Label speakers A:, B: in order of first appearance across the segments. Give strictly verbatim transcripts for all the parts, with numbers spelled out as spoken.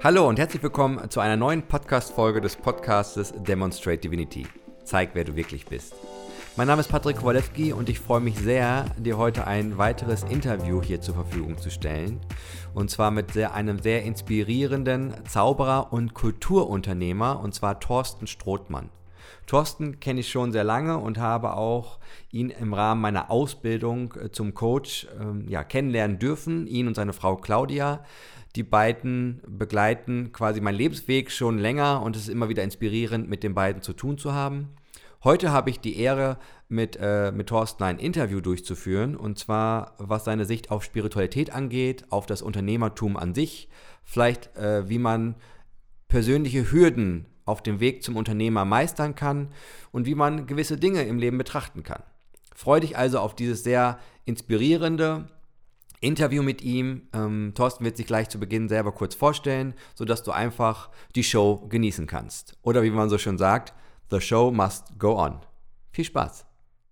A: Hallo und herzlich willkommen zu einer neuen Podcast-Folge des Podcastes Demonstrate Divinity. Zeig, wer du wirklich bist. Mein Name ist Patrick Kowalewski und ich freue mich sehr, dir heute ein weiteres Interview hier zur Verfügung zu stellen. Und zwar mit sehr, einem sehr inspirierenden Zauberer und Kulturunternehmer, und zwar Thorsten Strothmann. Thorsten kenne ich schon sehr lange und habe auch ihn im Rahmen meiner Ausbildung zum Coach ähm, ja, kennenlernen dürfen, ihn und seine Frau Claudia. Die beiden begleiten quasi meinen Lebensweg schon länger und es ist immer wieder inspirierend, mit den beiden zu tun zu haben. Heute habe ich die Ehre, mit, äh, mit Thorsten ein Interview durchzuführen, und zwar was seine Sicht auf Spiritualität angeht, auf das Unternehmertum an sich, vielleicht äh, wie man persönliche Hürden auf dem Weg zum Unternehmer meistern kann und wie man gewisse Dinge im Leben betrachten kann. Freue dich also auf dieses sehr inspirierende Interview mit ihm. Ähm, Thorsten wird sich gleich zu Beginn selber kurz vorstellen, sodass du einfach die Show genießen kannst. Oder wie man so schön sagt, the show must go on. Viel Spaß!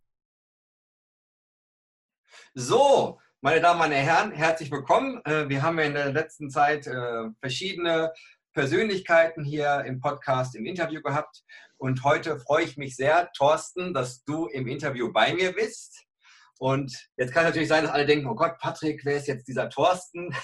A: So, meine Damen, meine Herren, herzlich willkommen. Wir haben ja in der letzten Zeit verschiedene Persönlichkeiten hier im Podcast im Interview gehabt. Und heute freue ich mich sehr, Thorsten, dass du im Interview bei mir bist. Und jetzt kann es natürlich sein, dass alle denken, oh Gott, Patrick, wer ist jetzt dieser Thorsten?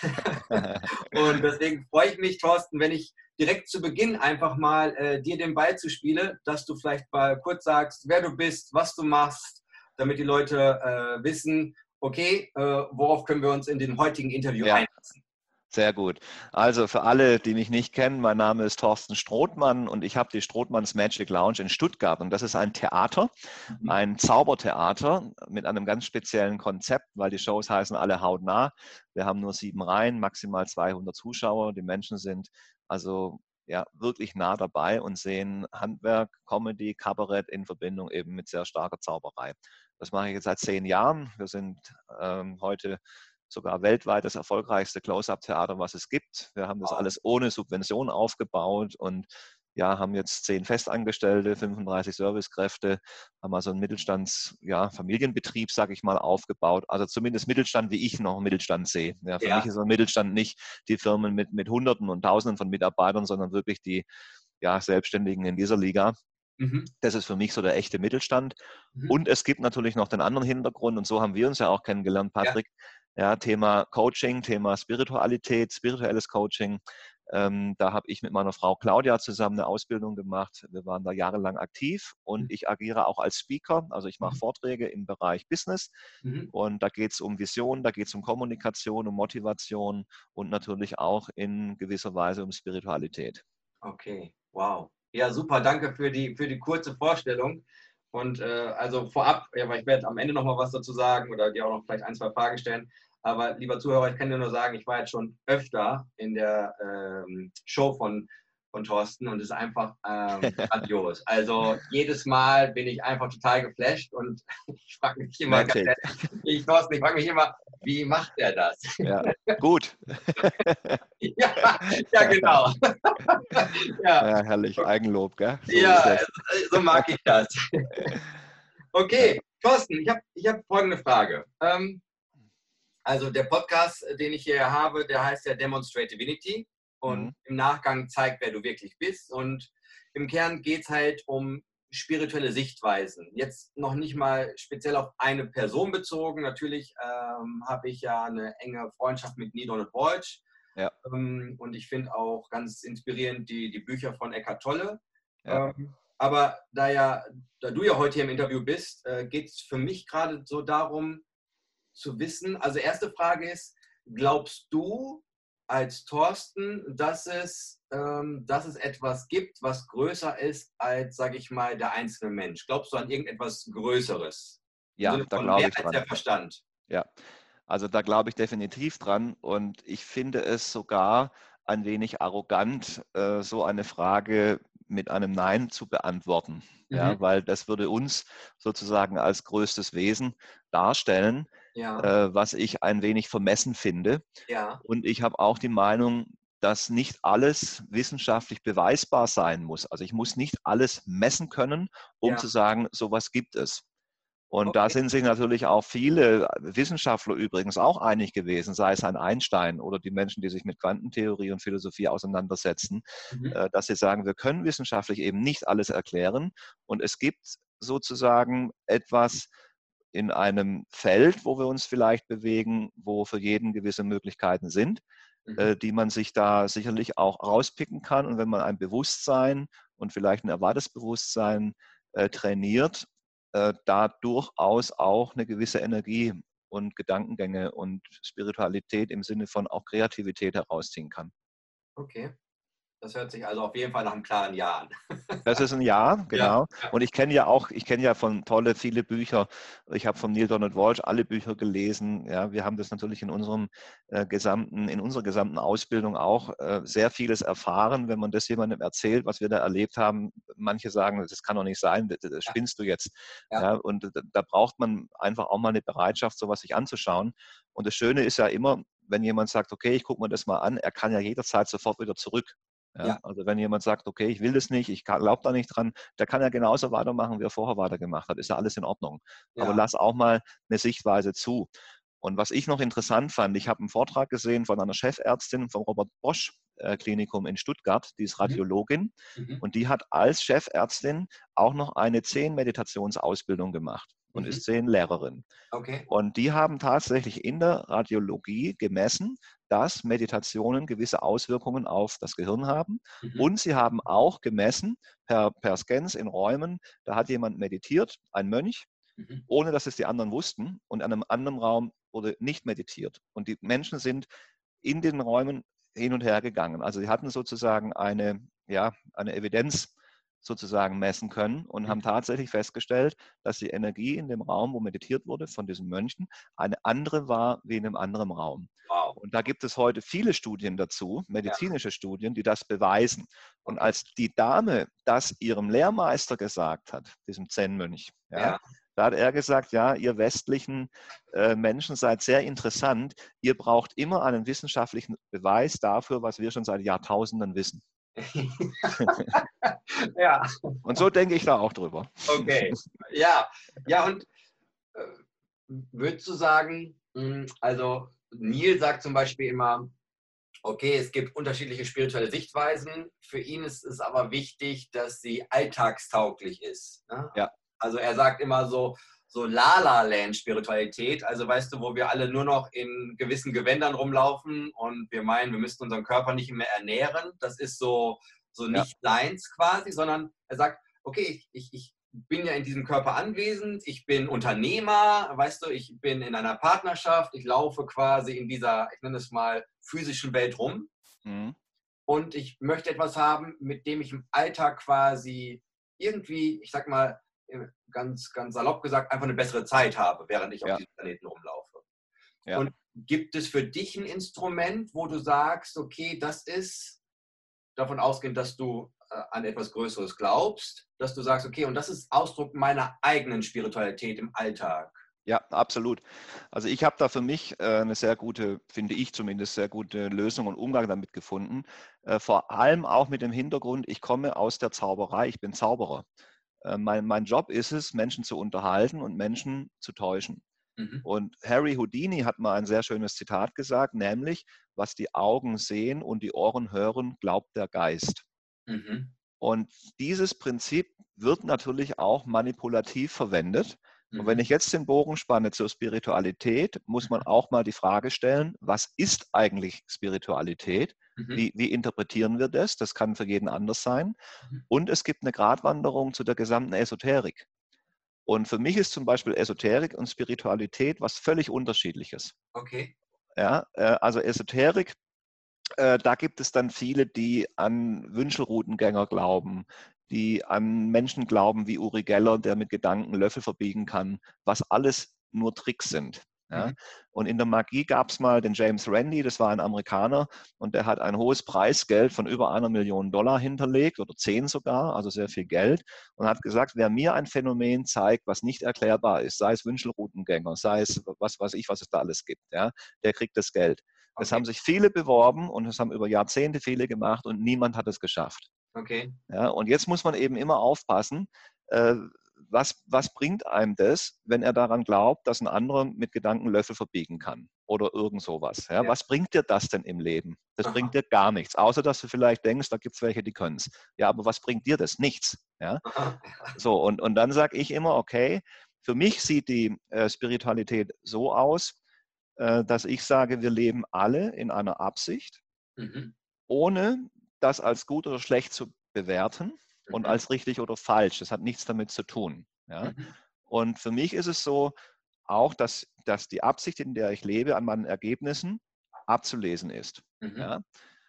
A: Und deswegen freue ich mich, Thorsten, wenn ich direkt zu Beginn einfach mal äh, dir den Ball zuspiele, dass du vielleicht mal kurz sagst, wer du bist, was du machst, damit die Leute äh, wissen, okay, äh, worauf können wir uns in dem heutigen Interview
B: ja.
A: einlassen.
B: Sehr gut. Also für alle, die mich nicht kennen, mein Name ist Thorsten Strothmann und ich habe die Strothmanns Magic Lounge in Stuttgart. Und das ist ein Theater,
A: Mhm.
B: ein Zaubertheater mit einem ganz speziellen Konzept, weil die Shows heißen alle hautnah. Wir haben nur sieben Reihen, maximal zweihundert Zuschauer. Die Menschen sind also ja, wirklich nah dabei und sehen Handwerk, Comedy, Kabarett in Verbindung eben mit sehr starker Zauberei. Das mache ich jetzt seit zehn Jahren. Wir sind ähm, heute sogar weltweit das erfolgreichste Close-Up-Theater, was es gibt. Wir haben das alles ohne Subvention aufgebaut und ja, haben jetzt zehn Festangestellte, fünfunddreißig Servicekräfte, haben also einen Mittelstands-Familienbetrieb, ja, sage ich mal, aufgebaut. Also zumindest Mittelstand, wie ich noch Mittelstand sehe. Ja, für
A: Ja.
B: mich ist ein Mittelstand nicht die Firmen mit, mit Hunderten und Tausenden von Mitarbeitern, sondern wirklich die ja, Selbstständigen in dieser Liga.
A: Mhm.
B: Das ist für mich so der echte Mittelstand.
A: Mhm.
B: Und es gibt natürlich noch den anderen Hintergrund, und so haben wir uns ja auch kennengelernt, Patrick. Ja, ja, Thema Coaching, Thema Spiritualität, spirituelles Coaching. Ähm, da habe ich mit meiner Frau Claudia zusammen eine Ausbildung gemacht. Wir waren da jahrelang aktiv und
A: Mhm.
B: ich agiere auch als Speaker. Also ich mache
A: Mhm.
B: Vorträge im Bereich Business.
A: Mhm.
B: Und da geht es um Vision, da geht es um Kommunikation, um Motivation und natürlich auch in gewisser Weise um Spiritualität.
A: Okay, wow. Ja, super, danke für die, für die kurze Vorstellung. Und äh, also vorab, ja, weil ich werde am Ende noch mal was dazu sagen oder dir auch noch vielleicht ein, zwei Fragen stellen. Aber lieber Zuhörer, ich kann dir nur sagen, ich war jetzt schon öfter in der ähm, Show von, von Thorsten und es ist einfach ähm, grandios. Also jedes Mal bin ich einfach total geflasht und ich frage mich immer, ganz
B: Magic.
A: ehrlich, ich, Thorsten, ich frage mich immer, wie macht er das?
B: Ja, gut.
A: ja, ja, genau. ja.
B: Ja, herrlich, Eigenlob, gell? So
A: Ja,
B: ist das.
A: so mag ich das. Okay,
B: Ja.
A: Thorsten, ich habe ich hab folgende Frage. Ähm, also der Podcast, den ich hier habe, der heißt ja Demonstrate Divinity und
B: Mhm.
A: im Nachgang zeigt, wer du wirklich bist. Und im Kern geht es halt um spirituelle Sichtweisen. Jetzt noch nicht mal speziell auf eine Person bezogen. Natürlich ähm, habe ich ja eine enge Freundschaft mit Neil Donald Walsch.
B: Ja.
A: Ähm, und ich finde auch ganz inspirierend die, die Bücher von Eckhart Tolle.
B: Ja.
A: Ähm, aber da, ja, da du ja heute hier im Interview bist, äh, geht es für mich gerade so darum zu wissen, also erste Frage ist, glaubst du als Thorsten, dass es, ähm, dass es etwas gibt, was größer ist als, sage ich mal, der einzelne Mensch? Glaubst du an irgendetwas Größeres? Im
B: Ja,
A: Sinne
B: da
A: von mehr
B: glaube ich
A: als der
B: dran.
A: Verstand?
B: Ja, also da glaube ich definitiv dran und ich finde es sogar ein wenig arrogant, äh, so eine Frage mit einem Nein zu beantworten.
A: Mhm.
B: Ja, weil das würde uns sozusagen als größtes Wesen darstellen,
A: Ja,
B: äh, was ich ein wenig vermessen finde.
A: ja,
B: Und ich habe auch die Meinung, dass nicht alles wissenschaftlich beweisbar sein muss. Also ich muss nicht alles messen können, um
A: ja.
B: zu sagen, sowas gibt es. Und
A: Okay.
B: da sind sich natürlich auch viele Wissenschaftler übrigens auch einig gewesen, sei es ein Einstein oder die Menschen, die sich mit Quantentheorie und Philosophie auseinandersetzen,
A: Mhm.
B: äh, dass sie sagen, wir können wissenschaftlich eben nicht alles erklären. Und es gibt sozusagen etwas in einem Feld, wo wir uns vielleicht bewegen, wo für jeden gewisse Möglichkeiten sind,
A: Mhm.
B: äh, die man sich da sicherlich auch rauspicken kann. Und wenn man ein Bewusstsein und vielleicht ein erwartetes Bewusstsein äh, trainiert, äh, da durchaus auch eine gewisse Energie und Gedankengänge und Spiritualität im Sinne von auch Kreativität herausziehen kann.
A: Okay. Das hört sich also auf jeden Fall nach einem klaren Ja an.
B: Das ist ein Ja,
A: Ja,
B: genau.
A: ja.
B: Und ich kenne ja auch, ich kenne ja von tolle, viele Bücher. Ich habe von Neil Donald Walsch alle Bücher gelesen. Ja, wir haben das natürlich in unserem äh, gesamten, in unserer gesamten Ausbildung auch äh, sehr vieles erfahren, wenn man das jemandem erzählt, was wir da erlebt haben. Manche sagen, das kann doch nicht sein, das, das
A: Ja,
B: spinnst du jetzt.
A: ja,
B: Ja, und da, da braucht man einfach auch mal eine Bereitschaft, sowas sich anzuschauen. Und das Schöne ist ja immer, wenn jemand sagt, okay, ich gucke mir das mal an, er kann ja jederzeit sofort wieder zurück. Ja,
A: ja,
B: also wenn jemand sagt, okay, ich will das nicht, ich glaube da nicht dran, der kann ja genauso weitermachen, wie er vorher weitergemacht hat. Ist ja alles in Ordnung. Aber
A: ja.
B: lass auch mal eine Sichtweise zu. Und was ich noch interessant fand, ich habe einen Vortrag gesehen von einer Chefärztin vom Robert Bosch äh, Klinikum in Stuttgart, die ist
A: Mhm.
B: Radiologin
A: Mhm.
B: und die hat als Chefärztin auch noch eine zehn Meditationsausbildung gemacht und
A: Mhm.
B: ist zehn Lehrerin.
A: Okay.
B: Und die haben tatsächlich in der Radiologie gemessen, dass Meditationen gewisse Auswirkungen auf das Gehirn haben.
A: Mhm.
B: Und sie haben auch gemessen per, per Scans in Räumen, da hat jemand meditiert, ein Mönch,
A: Mhm.
B: ohne dass es die anderen wussten. Und in einem anderen Raum wurde nicht meditiert. Und die Menschen sind in den Räumen hin und her gegangen. Also sie hatten sozusagen eine, ja, eine Evidenz sozusagen messen können und haben
A: Mhm.
B: tatsächlich festgestellt, dass die Energie in dem Raum, wo meditiert wurde, von diesen Mönchen, eine andere war wie in einem anderen Raum.
A: Wow.
B: Und da gibt es heute viele Studien dazu,
A: Ja,
B: medizinische Studien, die das beweisen. Und
A: okay.
B: als die Dame das ihrem Lehrmeister gesagt hat, diesem Zen-Mönch, ja,
A: Ja.
B: da hat er gesagt, ja, ihr westlichen äh, Menschen seid sehr interessant. Ihr braucht immer einen wissenschaftlichen Beweis dafür, was wir schon seit Jahrtausenden wissen.
A: Ja,
B: Und so denke ich da auch drüber.
A: okay. Ja, ja, und äh, würdest du sagen, mh, also Neil sagt zum Beispiel immer, okay, es gibt unterschiedliche spirituelle Sichtweisen. Für ihn ist es aber wichtig, dass sie alltagstauglich ist. Ne?
B: Ja,
A: Also er sagt immer so, so La-La-Land-Spiritualität, also weißt du, wo wir alle nur noch in gewissen Gewändern rumlaufen und wir meinen, wir müssten unseren Körper nicht mehr ernähren. Das ist so, so
B: ja,
A: nicht seins quasi, sondern er sagt, okay, ich, ich, ich bin ja in diesem Körper anwesend, ich bin Unternehmer, weißt du, ich bin in einer Partnerschaft, ich laufe quasi in dieser, ich nenne es mal, physischen Welt rum
B: mhm.
A: und ich möchte etwas haben, mit dem ich im Alltag quasi irgendwie, ich sag mal, ganz, ganz salopp gesagt, einfach eine bessere Zeit habe, während ich auf
B: Ja,
A: diesem Planeten rumlaufe.
B: ja.
A: Und gibt es für dich ein Instrument, wo du sagst, okay, das ist davon ausgehend, dass du äh, an etwas Größeres glaubst, dass du sagst, okay, und das ist Ausdruck meiner eigenen Spiritualität im Alltag.
B: Ja, absolut. Also ich habe da für mich äh, eine sehr gute, finde ich zumindest, sehr gute Lösung und Umgang damit gefunden. Äh, vor allem auch mit dem Hintergrund, ich komme aus der Zauberei, ich bin Zauberer. Äh, mein, mein Job ist es, Menschen zu unterhalten und Menschen zu täuschen.
A: Mhm.
B: Und Harry Houdini hat mal ein sehr schönes Zitat gesagt, nämlich, was die Augen sehen und die Ohren hören, glaubt der Geist.
A: Mhm.
B: Und dieses Prinzip wird natürlich auch manipulativ verwendet. Und wenn
A: Mhm.
B: ich jetzt den Bogen spanne zur Spiritualität, muss man auch mal die Frage stellen, was ist eigentlich Spiritualität?
A: Mhm.
B: Wie, wie interpretieren wir das? Das kann für jeden anders sein.
A: Mhm.
B: Und es gibt eine Gratwanderung zu der gesamten Esoterik. Und für mich ist zum Beispiel Esoterik und Spiritualität was völlig Unterschiedliches.
A: Okay.
B: Ja, äh, also Esoterik, äh, da gibt es dann viele, die an Wünschelroutengänger glauben, die an Menschen glauben wie Uri Geller, der mit Gedanken Löffel verbiegen kann, was alles nur Tricks sind. Ja?
A: Mhm.
B: Und in der Magie gab es mal den James Randi, das war ein Amerikaner, und der hat ein hohes Preisgeld von über einer Million Dollar hinterlegt oder zehn sogar, also sehr viel Geld, und hat gesagt, wer mir ein Phänomen zeigt, was nicht erklärbar ist, sei es Wünschelroutengänger, sei es was weiß ich, was es da alles gibt, ja, der kriegt das Geld. Es
A: Okay.
B: haben sich viele beworben und es haben über Jahrzehnte viele gemacht und niemand hat es geschafft.
A: Okay.
B: Ja, und jetzt muss man eben immer aufpassen, äh, was, was bringt einem das, wenn er daran glaubt, dass ein anderer mit Gedanken Löffel verbiegen kann oder irgend sowas? Ja?
A: Ja.
B: Was bringt dir das denn im Leben? Das
A: Aha.
B: bringt dir gar nichts, außer dass du vielleicht denkst, da gibt es welche, die können es. Ja, aber was bringt dir das? Nichts. Ja? So, und, und dann sage ich immer, okay, für mich sieht die äh, Spiritualität so aus, äh, dass ich sage, wir leben alle in einer Absicht,
A: Mhm.
B: ohne das als gut oder schlecht zu bewerten und
A: Mhm.
B: als richtig oder falsch. Das hat nichts damit zu tun. Ja?
A: Mhm.
B: Und für mich ist es so, auch, dass, dass die Absicht, in der ich lebe, an meinen Ergebnissen abzulesen ist.
A: Mhm.
B: Ja?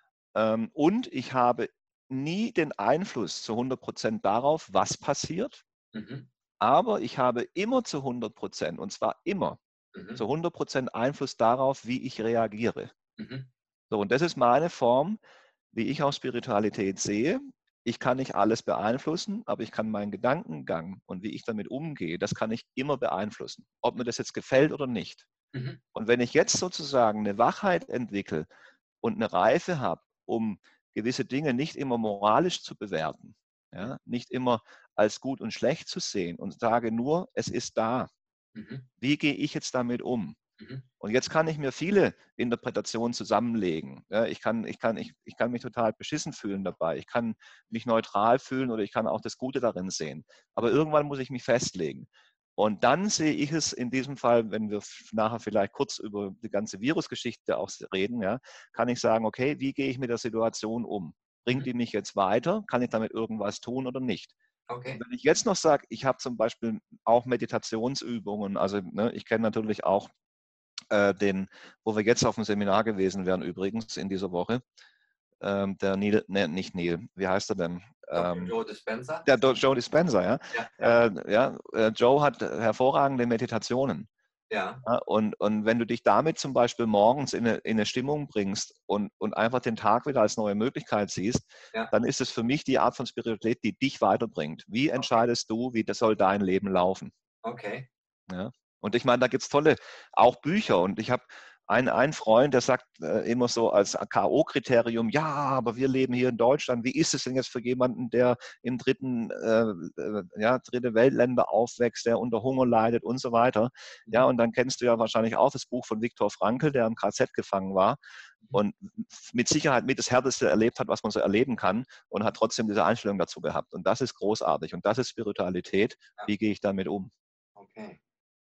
B: Ähm, und ich habe nie den Einfluss zu hundert Prozent darauf, was passiert,
A: Mhm.
B: aber ich habe immer zu hundert Prozent, und zwar immer,
A: Mhm.
B: zu hundert Prozent Einfluss darauf, wie ich reagiere.
A: Mhm.
B: So, und das ist meine Form, wie ich auch Spiritualität sehe. Ich kann nicht alles beeinflussen, aber ich kann meinen Gedankengang und wie ich damit umgehe, das kann ich immer beeinflussen, ob mir das jetzt gefällt oder nicht.
A: Mhm.
B: Und wenn ich jetzt sozusagen eine Wachheit entwickle und eine Reife habe, um gewisse Dinge nicht immer moralisch zu bewerten, ja, nicht immer als gut und schlecht zu sehen und sage nur, es ist da.
A: Mhm.
B: Wie gehe ich jetzt damit um?
A: Mhm.
B: Und jetzt kann ich mir viele Interpretationen zusammenlegen. Ja, ich, kann, ich, kann, ich, ich kann mich total beschissen fühlen dabei. Ich kann mich neutral fühlen oder ich kann auch das Gute darin sehen. Aber irgendwann muss ich mich festlegen. Und dann sehe ich es in diesem Fall, wenn wir nachher vielleicht kurz über die ganze Virusgeschichte auch reden, ja, kann ich sagen, okay, wie gehe ich mit der Situation um? Bringt
A: Mhm.
B: die mich jetzt weiter? Kann ich damit irgendwas tun oder nicht?
A: Okay.
B: Und wenn ich jetzt noch sage, ich habe zum Beispiel auch Meditationsübungen, also ne, ich kenne natürlich auch äh, den, wo wir jetzt auf dem Seminar gewesen wären, übrigens in dieser Woche. Ähm, der Neil, ne, nicht Neil, wie heißt er denn?
A: Doktor
B: Ähm,
A: Joe Dispenza?
B: der Do- Joe Dispenza, ja.
A: Ja, ja,
B: Äh, ja äh, Joe hat hervorragende Meditationen.
A: ja.
B: Ja, und, und wenn du dich damit zum Beispiel morgens in eine, in eine Stimmung bringst und, und einfach den Tag wieder als neue Möglichkeit siehst,
A: Ja.
B: dann ist es für mich die Art von Spiritualität, die dich weiterbringt. Wie entscheidest du, wie das soll dein Leben laufen?
A: Okay.
B: Ja. Und ich meine, da gibt es tolle, auch Bücher. Und ich habe einen, einen Freund, der sagt äh, immer so als K O-Kriterium, ja, aber wir leben hier in Deutschland. Wie ist es denn jetzt für jemanden, der in dritten, äh, äh, ja, dritte Weltländer aufwächst, der unter Hunger leidet und so weiter. Ja, und dann kennst du ja wahrscheinlich auch das Buch von Viktor Frankl, der im K Z gefangen war und mit Sicherheit mit das Härteste erlebt hat, was man so erleben kann und hat trotzdem diese Einstellung dazu gehabt. Und das ist großartig und das ist Spiritualität.
A: Ja.
B: Wie gehe ich damit um?
A: Okay.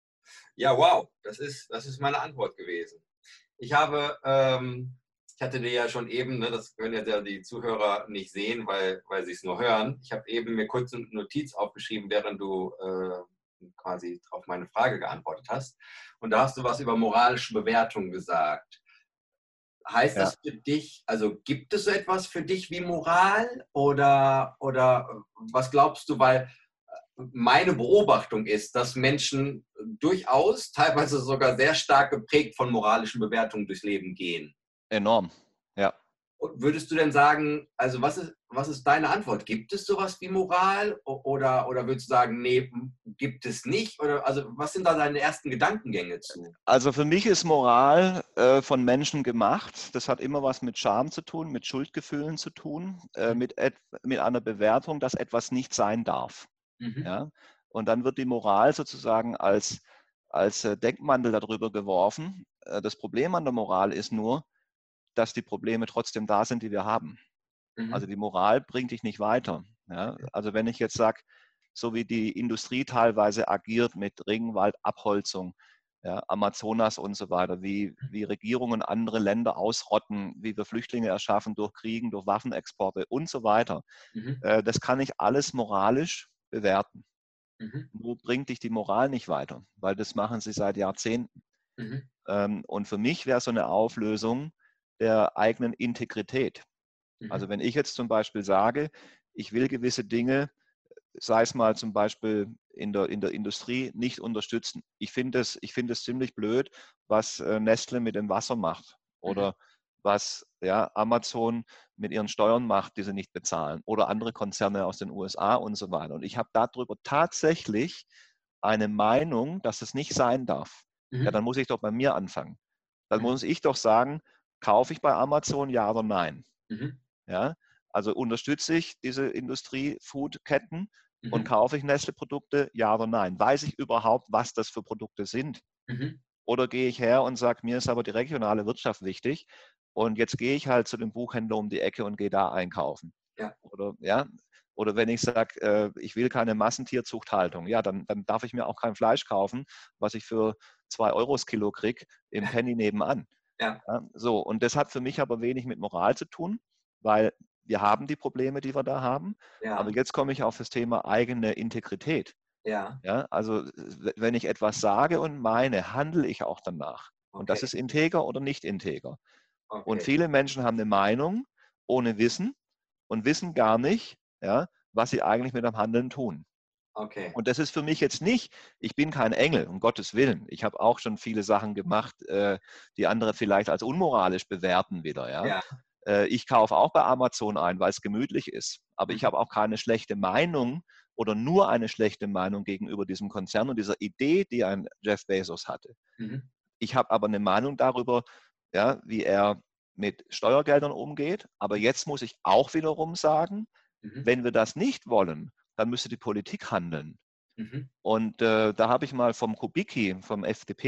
A: Ja, wow, das ist, das ist meine Antwort gewesen. Ich habe, ähm, ich hatte dir ja schon eben, ne, das können ja die Zuhörer nicht sehen, weil, weil sie es nur hören. Ich habe eben mir kurz eine Notiz aufgeschrieben, während du äh, quasi auf meine Frage geantwortet hast. Und da hast du was über moralische Bewertung gesagt. Heißt
B: Ja.
A: das für dich, also gibt es so etwas für dich wie Moral oder, oder was glaubst du, weil meine Beobachtung ist, dass Menschen durchaus, teilweise sogar sehr stark geprägt von moralischen Bewertungen durchs Leben gehen.
B: Enorm, ja.
A: Und würdest du denn sagen, also was ist, was ist deine Antwort? Gibt es sowas wie Moral oder, oder würdest du sagen, nee, gibt es nicht? Oder, also was sind da deine ersten Gedankengänge zu?
B: Also für mich ist Moral äh, von Menschen gemacht. Das hat immer was mit Scham zu tun, mit Schuldgefühlen zu tun, äh, mit, mit einer Bewertung, dass etwas nicht sein darf.
A: Mhm.
B: Ja? Und dann wird die Moral sozusagen als, als äh, Deckmantel darüber geworfen. Äh, das Problem an der Moral ist nur, dass die Probleme trotzdem da sind, die wir haben. Also
A: Mhm.
B: die Moral bringt dich nicht weiter. Ja? Also wenn ich jetzt sage, so wie die Industrie teilweise agiert mit Regenwaldabholzung, ja, Amazonas und so weiter, wie, wie Regierungen andere Länder ausrotten, wie wir Flüchtlinge erschaffen durch Kriegen, durch Waffenexporte und so weiter.
A: Mhm.
B: Äh, das kann ich alles moralisch bewerten.
A: Mhm.
B: Nur bringt dich die Moral nicht weiter, weil das machen sie seit Jahrzehnten.
A: Mhm.
B: Ähm, und für mich wäre so eine Auflösung der eigenen Integrität. Also
A: Mhm.
B: wenn ich jetzt zum Beispiel sage, ich will gewisse Dinge, sei es mal zum Beispiel in der, in der Industrie, nicht unterstützen. Ich finde es ich finde es ziemlich blöd, was äh, Nestle mit dem Wasser macht
A: Mhm.
B: oder was ja, Amazon mit ihren Steuern macht, die sie nicht bezahlen oder andere Konzerne aus den U S A und so weiter. Und ich habe darüber tatsächlich eine Meinung, dass es nicht sein darf. Ja,
A: Mhm.
B: dann muss ich doch bei mir anfangen. Dann
A: Mhm.
B: muss ich doch sagen, kaufe ich bei Amazon, ja oder nein?
A: Mhm.
B: Ja, also unterstütze ich diese Industrie-Food-Ketten Mhm. Und kaufe ich Nestle-Produkte, ja oder nein? Weiß ich überhaupt, was das für Produkte sind? Mhm. Oder gehe ich her und sage, mir ist aber die regionale Wirtschaft wichtig und jetzt gehe ich halt zu dem Buchhändler um die Ecke und gehe da einkaufen. Ja. Oder, ja, oder wenn ich sage, äh, ich will keine Massentierzuchthaltung, ja, dann, dann darf ich mir auch kein Fleisch kaufen, was ich für zwei Euro das Kilo kriege, im Penny nebenan. Ja. Ja, so, und das hat für mich aber wenig mit Moral zu tun, weil wir haben die Probleme, die wir da haben. Ja. Aber jetzt komme ich auf das Thema eigene Integrität. Ja. Ja, also wenn ich etwas sage und meine, handle ich auch danach. Okay. Und das ist integer oder nicht integer. Okay. Und viele Menschen haben eine Meinung ohne Wissen und wissen gar nicht, ja, was sie eigentlich mit dem Handeln tun. Okay. Und das ist für mich jetzt nicht, ich bin kein Engel, um Gottes Willen. Ich habe auch schon viele Sachen gemacht, äh, die andere vielleicht als unmoralisch bewerten wieder. Ja? Ja. Äh, ich kaufe auch bei Amazon ein, weil es gemütlich ist. Aber mhm. ich habe auch keine schlechte Meinung oder nur eine schlechte Meinung gegenüber diesem Konzern und dieser Idee, die ein Jeff Bezos hatte. Mhm. Ich habe aber eine Meinung darüber, ja, wie er mit Steuergeldern umgeht. Aber jetzt muss ich auch wiederum sagen, mhm. wenn wir das nicht wollen, dann müsste die Politik handeln. Mhm. Und äh, da habe ich mal vom Kubicki, vom F D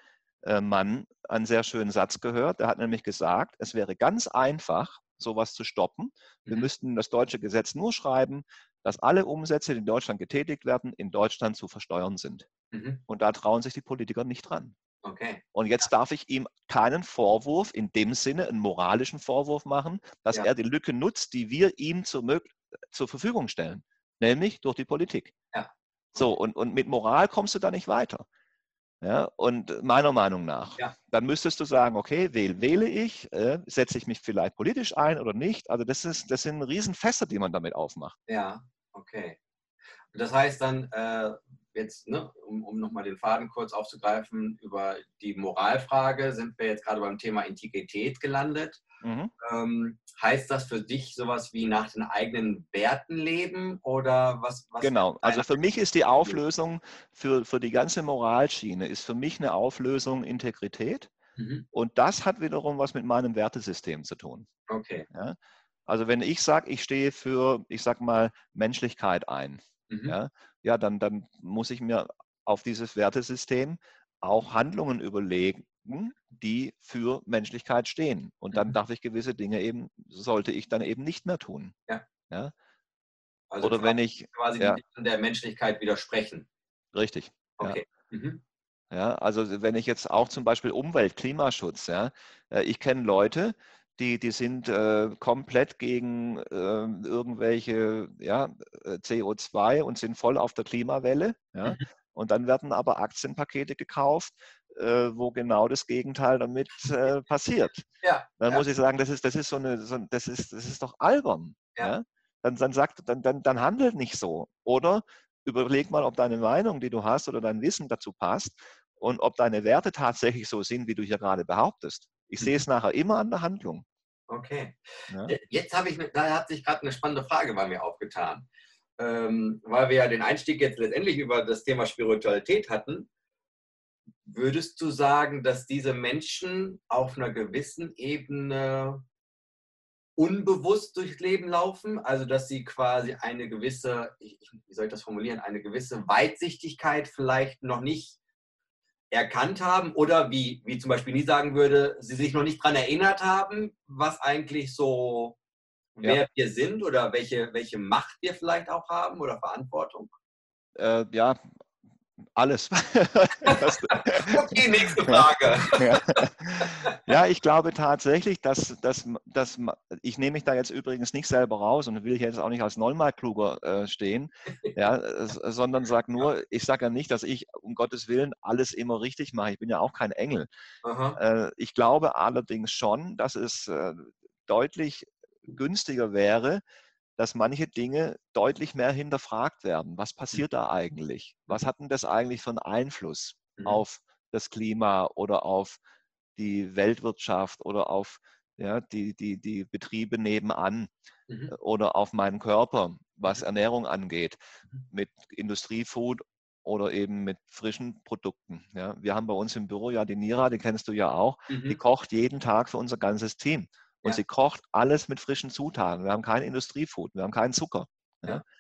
B: P-Mann, einen sehr schönen Satz gehört. Der hat nämlich gesagt, es wäre ganz einfach, sowas zu stoppen. Wir mhm. müssten das deutsche Gesetz nur schreiben, dass alle Umsätze, die in Deutschland getätigt werden, in Deutschland zu versteuern sind. Mhm. Und da trauen sich die Politiker nicht dran. Okay. Und jetzt darf ich ihm keinen Vorwurf, in dem Sinne einen moralischen Vorwurf machen, dass ja. er die Lücke nutzt, die wir ihm zur, zur Verfügung stellen. Nämlich durch die Politik. Ja. Okay. So, und, und mit Moral kommst du da nicht weiter. Ja, und meiner Meinung nach, ja. dann müsstest du sagen, okay, wähle, wähle ich, äh, setze ich mich vielleicht politisch ein oder nicht. Also das, ist, das sind Riesenfässer, die man damit aufmacht.
C: Ja, okay. Das heißt dann, äh, jetzt, ne, um, um nochmal den Faden kurz aufzugreifen, über die Moralfrage sind wir jetzt gerade beim Thema Integrität gelandet. Mhm. Ähm, heißt das für dich sowas wie nach den eigenen Werten leben oder was? was
B: genau, also für mich ist die Auflösung für, für die ganze Moralschiene, ist für mich eine Auflösung Integrität mhm. und das hat wiederum was mit meinem Wertesystem zu tun. Okay. Ja? Also wenn ich sage, ich stehe für, ich sag mal, Menschlichkeit ein, mhm. ja, ja dann, dann muss ich mir auf dieses Wertesystem auch Handlungen überlegen, die für Menschlichkeit stehen. Und dann mhm. darf ich gewisse Dinge eben, sollte ich dann eben nicht mehr tun. Ja. Ja?
C: Also oder wenn ich quasi ja, die der Menschlichkeit widersprechen.
B: Richtig.
C: Okay. Ja. Mhm.
B: Ja, also wenn ich jetzt auch zum Beispiel Umwelt, Klimaschutz, ja, ich kenne Leute, die, die sind äh, komplett gegen äh, irgendwelche ja, C O zwei und sind voll auf der Klimawelle. Ja? Mhm. Und dann werden aber Aktienpakete gekauft, äh, wo genau das Gegenteil damit äh, passiert. Ja, dann ja. muss ich sagen, das ist, das ist so eine, so, das ist, das ist doch albern. Ja. Ja? Dann, dann sagt, dann, dann, dann handelt nicht so. Oder überleg mal, ob deine Meinung, die du hast, oder dein Wissen dazu passt und ob deine Werte tatsächlich so sind, wie du hier gerade behauptest. Ich sehe es nachher immer an der Handlung.
C: Okay. Ja. Jetzt habe ich, da hat sich gerade eine spannende Frage bei mir aufgetan. Ähm, weil wir ja den Einstieg jetzt letztendlich über das Thema Spiritualität hatten. Würdest du sagen, dass diese Menschen auf einer gewissen Ebene unbewusst durchs Leben laufen? Also, dass sie quasi eine gewisse, ich, wie soll ich das formulieren, eine gewisse Weitsichtigkeit vielleicht noch nicht erkannt haben oder wie, wie zum Beispiel nie sagen würde, sie sich noch nicht daran erinnert haben, was eigentlich so, wer ja. wir sind oder welche, welche Macht wir vielleicht auch haben oder Verantwortung?
B: Äh, ja, alles.
C: Okay, nächste Frage.
B: Ja, ja, ich glaube tatsächlich, dass, dass, dass ich nehme mich da jetzt übrigens nicht selber raus und will jetzt auch nicht als Neunmalkluger äh, stehen, ja, äh, sondern sage nur, ich sage ja nicht, dass ich um Gottes Willen alles immer richtig mache. Ich bin ja auch kein Engel. Äh, ich glaube allerdings schon, dass es äh, deutlich günstiger wäre, dass manche Dinge deutlich mehr hinterfragt werden. Was passiert da eigentlich? Was hat denn das eigentlich für einen Einfluss mhm. auf das Klima oder auf die Weltwirtschaft oder auf ja, die, die, die Betriebe nebenan mhm. oder auf meinen Körper, was mhm. Ernährung angeht, mit Industriefood oder eben mit frischen Produkten. Ja. Wir haben bei uns im Büro ja die Nira, die kennst du ja auch, mhm. die kocht jeden Tag für unser ganzes Team. Und ja. sie kocht alles mit frischen Zutaten. Wir haben kein Industriefood, wir haben keinen Zucker. Ja.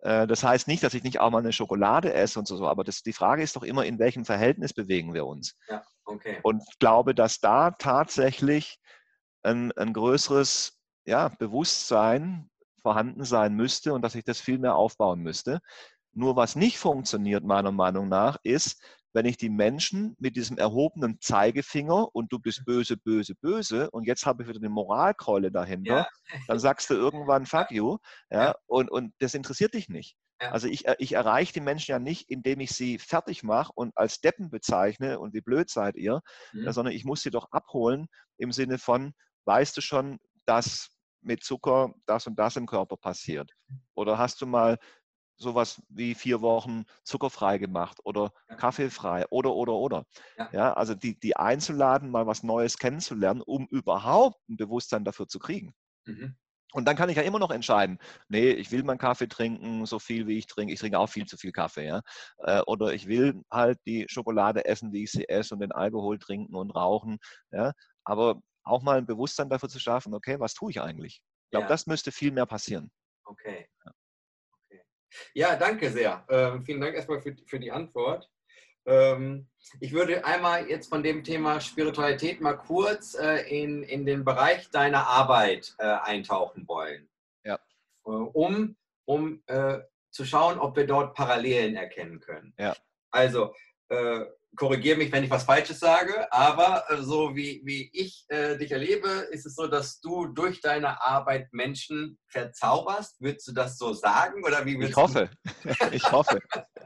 B: Äh, das heißt nicht, dass ich nicht auch mal eine Schokolade esse und so, aber das, die Frage ist doch immer, in welchem Verhältnis bewegen wir uns?
C: Ja, okay.
B: Und ich glaube, dass da tatsächlich ein, ein größeres ja, Bewusstsein vorhanden sein müsste und dass ich das viel mehr aufbauen müsste. Nur was nicht funktioniert, meiner Meinung nach, ist, wenn ich die Menschen mit diesem erhobenen Zeigefinger und du bist böse, böse, böse und jetzt habe ich wieder eine Moralkeule dahinter,
C: Ja.
B: dann sagst du irgendwann fuck you, ja,
C: Ja.
B: Und, und das interessiert dich nicht.
C: Ja.
B: Also ich, ich erreiche die Menschen ja nicht, indem ich sie fertig mache und als Deppen bezeichne und wie blöd seid ihr,
C: Mhm.
B: ja, sondern ich muss sie doch abholen im Sinne von, weißt du schon, dass mit Zucker das und das im Körper passiert? Oder hast du mal sowas wie vier Wochen zuckerfrei gemacht oder
C: Ja.
B: kaffeefrei oder, oder, oder.
C: Ja.
B: Ja, also die, die einzuladen, mal was Neues kennenzulernen, um überhaupt ein Bewusstsein dafür zu kriegen.
C: Mhm.
B: Und dann kann ich ja immer noch entscheiden, nee, ich will meinen Kaffee trinken, so viel wie ich trinke. Ich trinke auch viel zu viel Kaffee. Ja? Oder ich will halt die Schokolade essen, wie ich sie esse und den Alkohol trinken und rauchen. Ja? Aber auch mal ein Bewusstsein dafür zu schaffen, okay, was tue ich eigentlich? Ich glaube,
C: Ja.
B: das müsste viel mehr passieren.
C: Okay. Okay. Ja, danke sehr. Ähm, vielen Dank erstmal für, für die Antwort. Ähm, ich würde einmal jetzt von dem Thema Spiritualität mal kurz äh, in, in den Bereich deiner Arbeit äh, eintauchen wollen.
B: Ja.
C: Äh, um um äh, zu schauen, ob wir dort Parallelen erkennen können.
B: Ja.
C: Also, äh, korrigiere mich, wenn ich was Falsches sage, aber äh, so wie, wie ich äh, dich erlebe, ist es so, dass du durch deine Arbeit Menschen verzauberst. Würdest du das so sagen? Oder wie
B: Ich hoffe. Ich hoffe.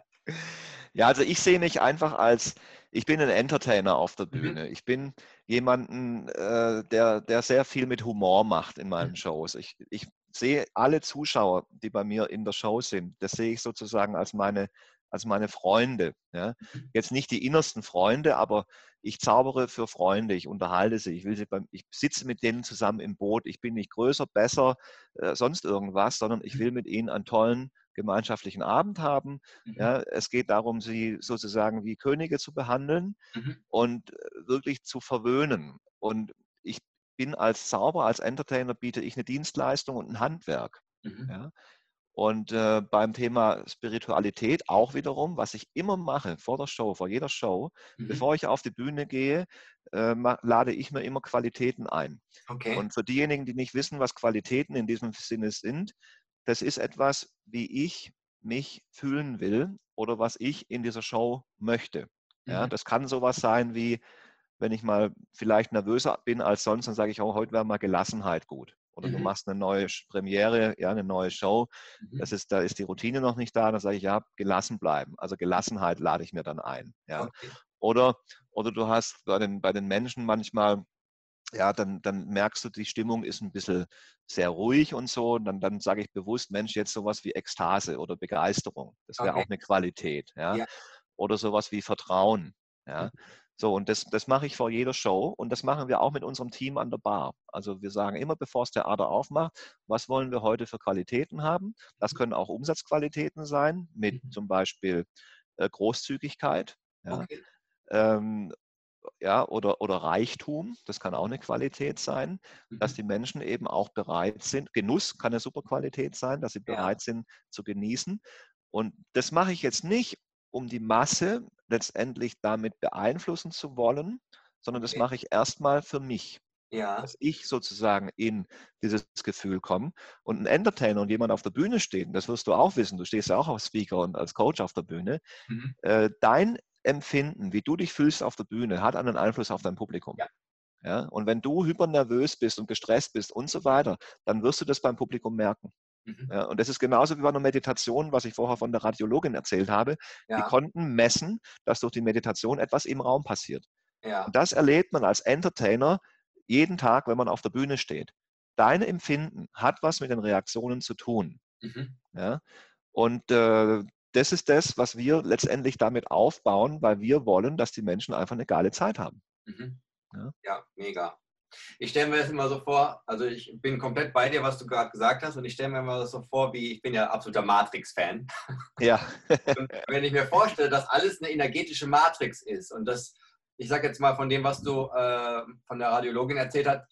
B: Ja, also ich sehe mich einfach als, ich bin ein Entertainer auf der Bühne.
C: Mhm.
B: Ich bin jemanden, äh, der, der sehr viel mit Humor macht in meinen Shows. Ich, ich sehe alle Zuschauer, die bei mir in der Show sind, das sehe ich sozusagen als meine, als meine Freunde. Ja? Jetzt nicht die innersten Freunde, aber ich zaubere für Freunde, ich unterhalte sie, ich, will sie beim, ich sitze mit denen zusammen im Boot, ich bin nicht größer, besser, äh, sonst irgendwas, sondern ich will mit ihnen einen tollen gemeinschaftlichen Abend haben.
C: Mhm.
B: Ja, es geht darum, sie sozusagen wie Könige zu behandeln
C: Mhm.
B: und wirklich zu verwöhnen. Und ich bin als Zauberer, als Entertainer biete ich eine Dienstleistung und ein Handwerk.
C: Mhm.
B: Ja. Und äh, beim Thema Spiritualität auch wiederum, was ich immer mache vor der Show, vor jeder Show,
C: Mhm.
B: bevor ich auf die Bühne gehe, äh, lade ich mir immer Qualitäten ein.
C: Okay.
B: Und für diejenigen, die nicht wissen, was Qualitäten in diesem Sinne sind, das ist etwas, wie ich mich fühlen will oder was ich in dieser Show möchte. Ja,
C: Mhm.
B: das kann sowas sein wie, wenn ich mal vielleicht nervöser bin als sonst, dann sage ich, oh, heute wäre mal Gelassenheit gut. Oder
C: Mhm.
B: du machst eine neue Premiere, ja, eine neue Show.
C: Mhm.
B: Das ist, da ist die Routine noch nicht da. Dann sage ich, ja, gelassen bleiben. Also Gelassenheit lade ich mir dann ein. Ja.
C: Okay.
B: Oder, oder du hast bei den, bei den Menschen manchmal, ja, dann, dann merkst du, die Stimmung ist ein bisschen sehr ruhig und so. Und dann, dann sage ich bewusst, Mensch, jetzt sowas wie Ekstase oder Begeisterung. Das wäre
C: Okay.
B: auch eine Qualität. Ja?
C: Ja.
B: Oder sowas wie Vertrauen. Ja? So, und das, das mache ich vor jeder Show und das machen wir auch mit unserem Team an der Bar. Also wir sagen immer, bevor es der Theater aufmacht, was wollen wir heute für Qualitäten haben? Das können auch Umsatzqualitäten sein, mit
C: Mhm.
B: zum Beispiel äh, Großzügigkeit. Ja?
C: Okay.
B: Ähm, ja, oder, oder Reichtum, das kann auch eine Qualität sein, dass
C: Mhm.
B: die Menschen eben auch bereit sind, Genuss kann eine super Qualität sein, dass sie
C: Ja.
B: bereit sind zu genießen. Und das mache ich jetzt nicht, um die Masse letztendlich damit beeinflussen zu wollen, sondern das
C: Okay.
B: mache ich erstmal für mich,
C: Ja.
B: dass ich sozusagen in dieses Gefühl komme. Und ein Entertainer und jemand auf der Bühne steht, und das wirst du auch wissen, du stehst ja auch als Speaker und als Coach auf der Bühne,
C: Mhm.
B: äh, dein Empfinden, wie du dich fühlst auf der Bühne, hat einen Einfluss auf dein Publikum.
C: Ja.
B: Ja? Und wenn du hypernervös bist und gestresst bist und so weiter, dann wirst du das beim Publikum merken.
C: Mhm.
B: Ja? Und das ist genauso wie bei einer Meditation, was ich vorher von der Radiologin erzählt habe. Die
C: Ja.
B: konnten messen, dass durch die Meditation etwas im Raum passiert.
C: Ja.
B: Und das erlebt man als Entertainer jeden Tag, wenn man auf der Bühne steht. Dein Empfinden hat was mit den Reaktionen zu tun.
C: Mhm.
B: Ja? Und äh, das ist das, was wir letztendlich damit aufbauen, weil wir wollen, dass die Menschen einfach eine geile Zeit haben.
C: Mhm.
B: Ja,
C: Ja, mega. Ich stelle mir das immer so vor, also ich bin komplett bei dir, was du gerade gesagt hast, und ich stelle mir immer so vor, wie ich bin ja absoluter Matrix-Fan.
B: ja.
C: Und wenn ich mir vorstelle, dass alles eine energetische Matrix ist und das, ich sage jetzt mal von dem, was du äh, von der Radiologin erzählt hast,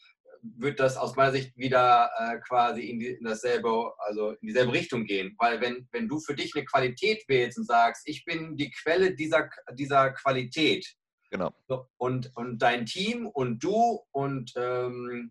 C: wird das aus meiner Sicht wieder äh, quasi in, die, in dasselbe, also in dieselbe Richtung gehen. Weil wenn, wenn du für dich eine Qualität wählst und sagst, ich bin die Quelle dieser, dieser Qualität,
B: Genau.
C: und, und dein Team und du und ähm,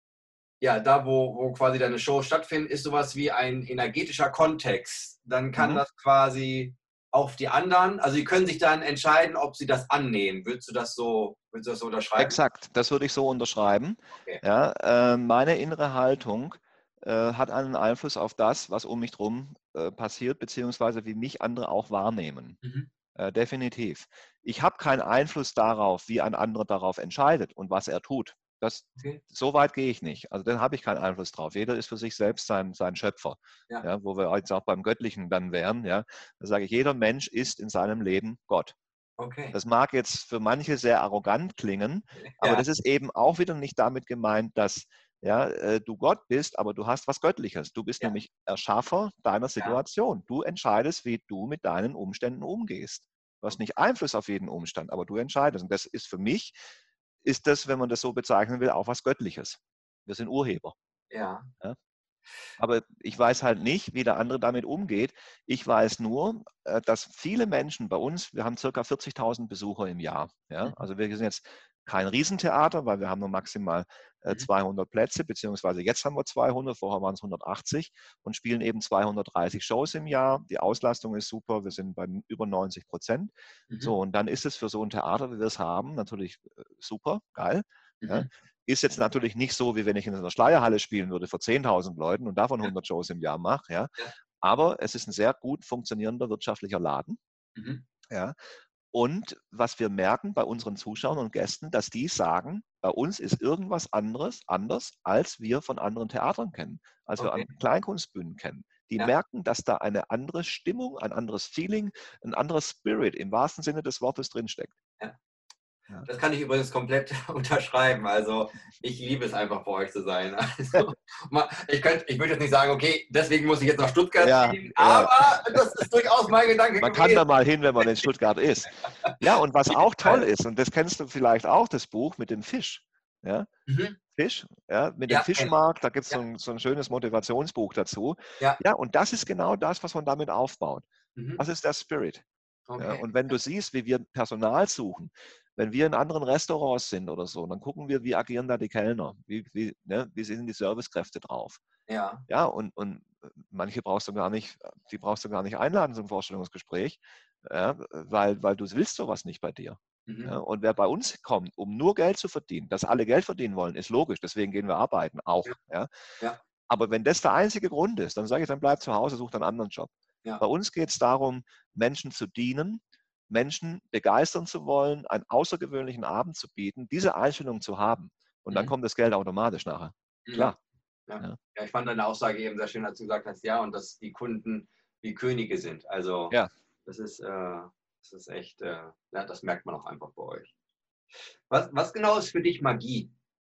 C: ja, da wo, wo quasi deine Show stattfindet, ist sowas wie ein energetischer Kontext. Dann kann mhm. das quasi auf die anderen, also sie können sich dann entscheiden, ob sie das annehmen. Würdest du das so, würdest du das so unterschreiben?
B: Exakt, das würde ich so unterschreiben.
C: Okay.
B: Ja, äh, meine innere Haltung äh, hat einen Einfluss auf das, was um mich herum äh, passiert, beziehungsweise wie mich andere auch wahrnehmen.
C: Mhm.
B: Äh, definitiv. Ich habe keinen Einfluss darauf, wie ein anderer darauf entscheidet und was er tut. Das,
C: okay.
B: So weit gehe ich nicht. Also dann habe ich keinen Einfluss drauf. Jeder ist für sich selbst sein, sein Schöpfer.
C: Ja.
B: Ja, wo wir jetzt auch beim Göttlichen dann wären. Ja, da sage ich, jeder Mensch ist in seinem Leben Gott.
C: Okay.
B: Das mag jetzt für manche sehr arrogant klingen, aber
C: ja.
B: das ist eben auch wieder nicht damit gemeint, dass ja, äh, du Gott bist, aber du hast was Göttliches. Du bist
C: ja.
B: nämlich Erschaffer deiner Situation. Ja. Du entscheidest, wie du mit deinen Umständen umgehst. Du hast nicht Einfluss auf jeden Umstand, aber du entscheidest. Und das ist für mich, ist das, wenn man das so bezeichnen will, auch was Göttliches. Wir sind Urheber.
C: Ja.
B: Ja? Aber ich weiß halt nicht, wie der andere damit umgeht. Ich weiß nur, dass viele Menschen bei uns, wir haben ca. vierzigtausend Besucher im Jahr. Ja? Also wir sind jetzt kein Riesentheater, weil wir haben nur maximal äh, zweihundert Plätze, beziehungsweise jetzt haben wir zweihundert, vorher waren es hundertachtzig und spielen eben zweihundertdreißig Shows im Jahr. Die Auslastung ist super, wir sind bei über neunzig Prozent. Mhm. So, und dann ist es für so ein Theater, wie wir es haben, natürlich äh, super, geil. Mhm. Ja? Ist jetzt natürlich nicht so, wie wenn ich in einer Schleierhalle spielen würde vor zehntausend Leuten und davon hundert Shows im Jahr mache. Ja?
C: Ja.
B: Aber es ist ein sehr gut funktionierender wirtschaftlicher Laden.
C: Mhm.
B: Ja? Und was wir merken bei unseren Zuschauern und Gästen, dass die sagen, bei uns ist irgendwas anderes, anders, als wir von anderen Theatern kennen, als
C: okay.
B: wir an Kleinkunstbühnen kennen. Die
C: ja.
B: merken, dass da eine andere Stimmung, ein anderes Feeling, ein anderer Spirit im wahrsten Sinne des Wortes drinsteckt.
C: Ja. Ja. Das kann ich übrigens komplett unterschreiben. Also ich liebe es einfach, bei euch zu sein. Also, ich, könnte, ich würde jetzt nicht sagen, okay, deswegen muss ich jetzt nach Stuttgart
B: ja,
C: ziehen, aber ja. das ist durchaus mein Gedanke
B: Man
C: gewesen.
B: kann da mal hin, wenn man in Stuttgart ist. Ja, und was auch toll ist, und das kennst du vielleicht auch, das Buch mit dem Fisch. Ja?
C: Mhm.
B: Fisch, ja, mit dem
C: ja,
B: Fischmarkt, da gibt es
C: ja.
B: so, ein, so ein schönes Motivationsbuch dazu.
C: Ja.
B: ja, und das ist genau das, was man damit aufbaut.
C: Mhm.
B: Das ist der Spirit.
C: Okay.
B: Ja, und wenn du siehst, wie wir Personal suchen, wenn wir in anderen Restaurants sind oder so, dann gucken wir, wie agieren da die Kellner, wie, wie, ne, wie sind die Servicekräfte drauf.
C: Ja.
B: Ja, und, und manche brauchst du gar nicht, die brauchst du gar nicht einladen zum Vorstellungsgespräch, ja, weil, weil du willst sowas nicht bei dir.
C: Mhm.
B: Ja, und wer bei uns kommt, um nur Geld zu verdienen, dass alle Geld verdienen wollen, ist logisch, deswegen gehen wir arbeiten auch.
C: Ja.
B: Ja.
C: Ja.
B: Aber wenn das der einzige Grund ist, dann sage ich, dann bleib zu Hause, such einen anderen Job.
C: Ja.
B: Bei uns geht es darum, Menschen zu dienen, Menschen begeistern zu wollen, einen außergewöhnlichen Abend zu bieten, diese Einstellung zu haben. Und dann
C: mhm.
B: kommt das Geld automatisch nachher. Klar.
C: Ja.
B: Ja.
C: Ja, ich fand deine Aussage eben sehr schön, als du gesagt hast, ja, und dass die Kunden wie Könige sind. Also
B: ja.
C: das ist, äh, das ist echt, äh, ja, das merkt man auch einfach bei euch. Was, was genau ist für dich Magie?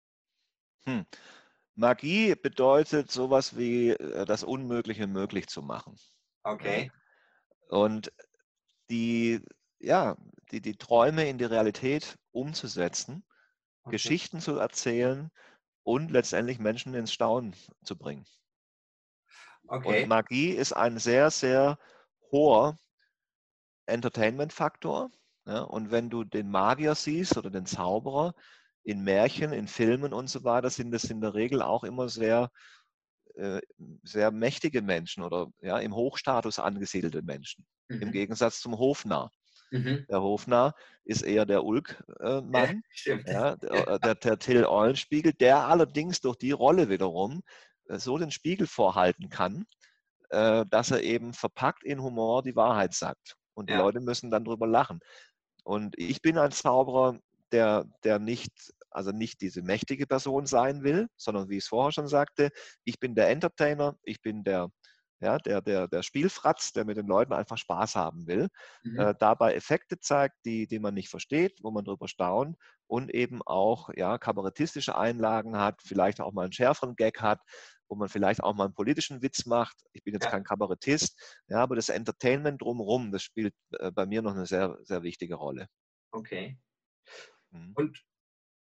B: Hm. Magie bedeutet sowas wie das Unmögliche möglich zu machen.
C: Okay.
B: Ja. Und die, ja, die, die Träume in die Realität umzusetzen, okay. Geschichten zu erzählen und letztendlich Menschen ins Staunen zu bringen.
C: Okay.
B: Und Magie ist ein sehr, sehr hoher Entertainment-Faktor. Ja, und wenn du den Magier siehst oder den Zauberer in Märchen, in Filmen und so weiter, sind das in der Regel auch immer sehr, äh, sehr mächtige Menschen oder ja, im Hochstatus angesiedelte Menschen. Mhm. Im Gegensatz zum Hofnarr. Mhm. Der Hofnarr ist eher der Ulk-Mann,
C: ja,
B: ja, der, der, der Till Eulenspiegel, der allerdings durch die Rolle wiederum so den Spiegel vorhalten kann, äh, dass er eben verpackt in Humor die Wahrheit sagt. Und die ja. Leute müssen dann drüber lachen. Und ich bin ein Zauberer, der, der nicht, also nicht diese mächtige Person sein will, sondern wie ich es vorher schon sagte, ich bin der Entertainer, ich bin der, ja, der, der, der Spielfratz, der mit den Leuten einfach Spaß haben will, mhm. äh, dabei Effekte zeigt, die, die man nicht versteht, wo man drüber staunt und eben auch ja, kabarettistische Einlagen hat, vielleicht auch mal einen schärferen Gag hat, wo man vielleicht auch mal einen politischen Witz macht. Ich bin jetzt ja. kein Kabarettist, ja, aber das Entertainment drumherum, das spielt äh, bei mir noch eine sehr, sehr wichtige Rolle.
C: Okay. Mhm. Und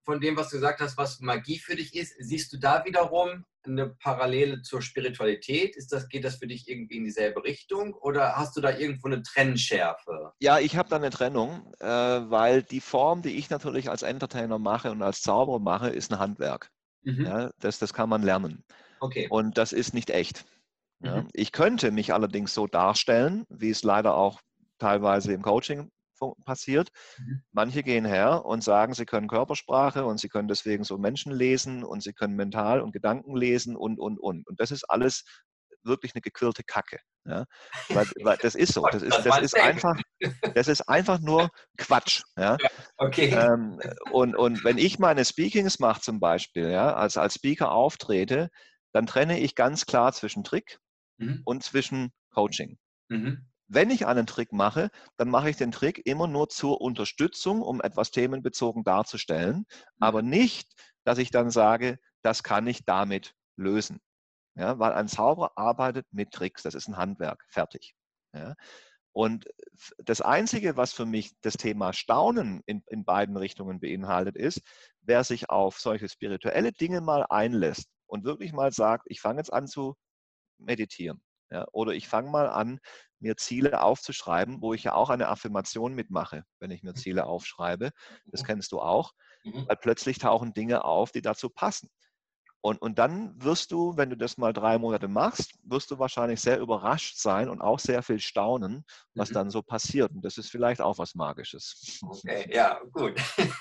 C: von dem, was du gesagt hast, was Magie für dich ist, siehst du da wiederum eine Parallele zur Spiritualität? Ist das, geht das für dich irgendwie in dieselbe Richtung oder hast du da irgendwo eine Trennschärfe?
B: Ja, ich habe da eine Trennung, äh, weil die Form, die ich natürlich als Entertainer mache und als Zauberer mache, ist ein Handwerk. Mhm. Ja, das, das kann man lernen.
C: Okay.
B: Und das ist nicht echt. Ja.
C: Mhm.
B: Ich könnte mich allerdings so darstellen, wie es leider auch teilweise im Coaching passiert. Mhm. Manche gehen her und sagen, sie können Körpersprache und sie können deswegen so Menschen lesen und sie können Mental und Gedanken lesen und, und, und. Und das ist alles wirklich eine gequirlte Kacke. Ja? Weil, weil das ist so. Das ist, das ist einfach, das ist einfach nur Quatsch. Ja?
C: Ja, okay.
B: Ähm, und, und wenn ich meine Speakings mache zum Beispiel, ja, als, als Speaker auftrete, dann trenne ich ganz klar zwischen Trick mhm. und zwischen Coaching. Mhm. Wenn ich einen Trick mache, dann mache ich den Trick immer nur zur Unterstützung, um etwas themenbezogen darzustellen, mhm. aber nicht, dass ich dann sage, das kann ich damit lösen. Ja, weil ein Zauberer arbeitet mit Tricks, das ist ein Handwerk, fertig. Ja. Und das Einzige, was für mich das Thema Staunen in, in beiden Richtungen beinhaltet, ist, wer sich auf solche spirituelle Dinge mal einlässt und wirklich mal sagt, ich fange jetzt an zu meditieren. Ja, oder ich fange mal an, mir Ziele aufzuschreiben, wo ich ja auch eine Affirmation mitmache, wenn ich mir Ziele aufschreibe. Das kennst du auch. Mhm. Weil plötzlich tauchen Dinge auf, die dazu passen. Und, und dann wirst du, wenn du das mal drei Monate machst, wirst du wahrscheinlich sehr überrascht sein und auch sehr viel staunen, was mhm. dann so passiert. Und das ist vielleicht auch was Magisches.
C: Okay, ja, gut.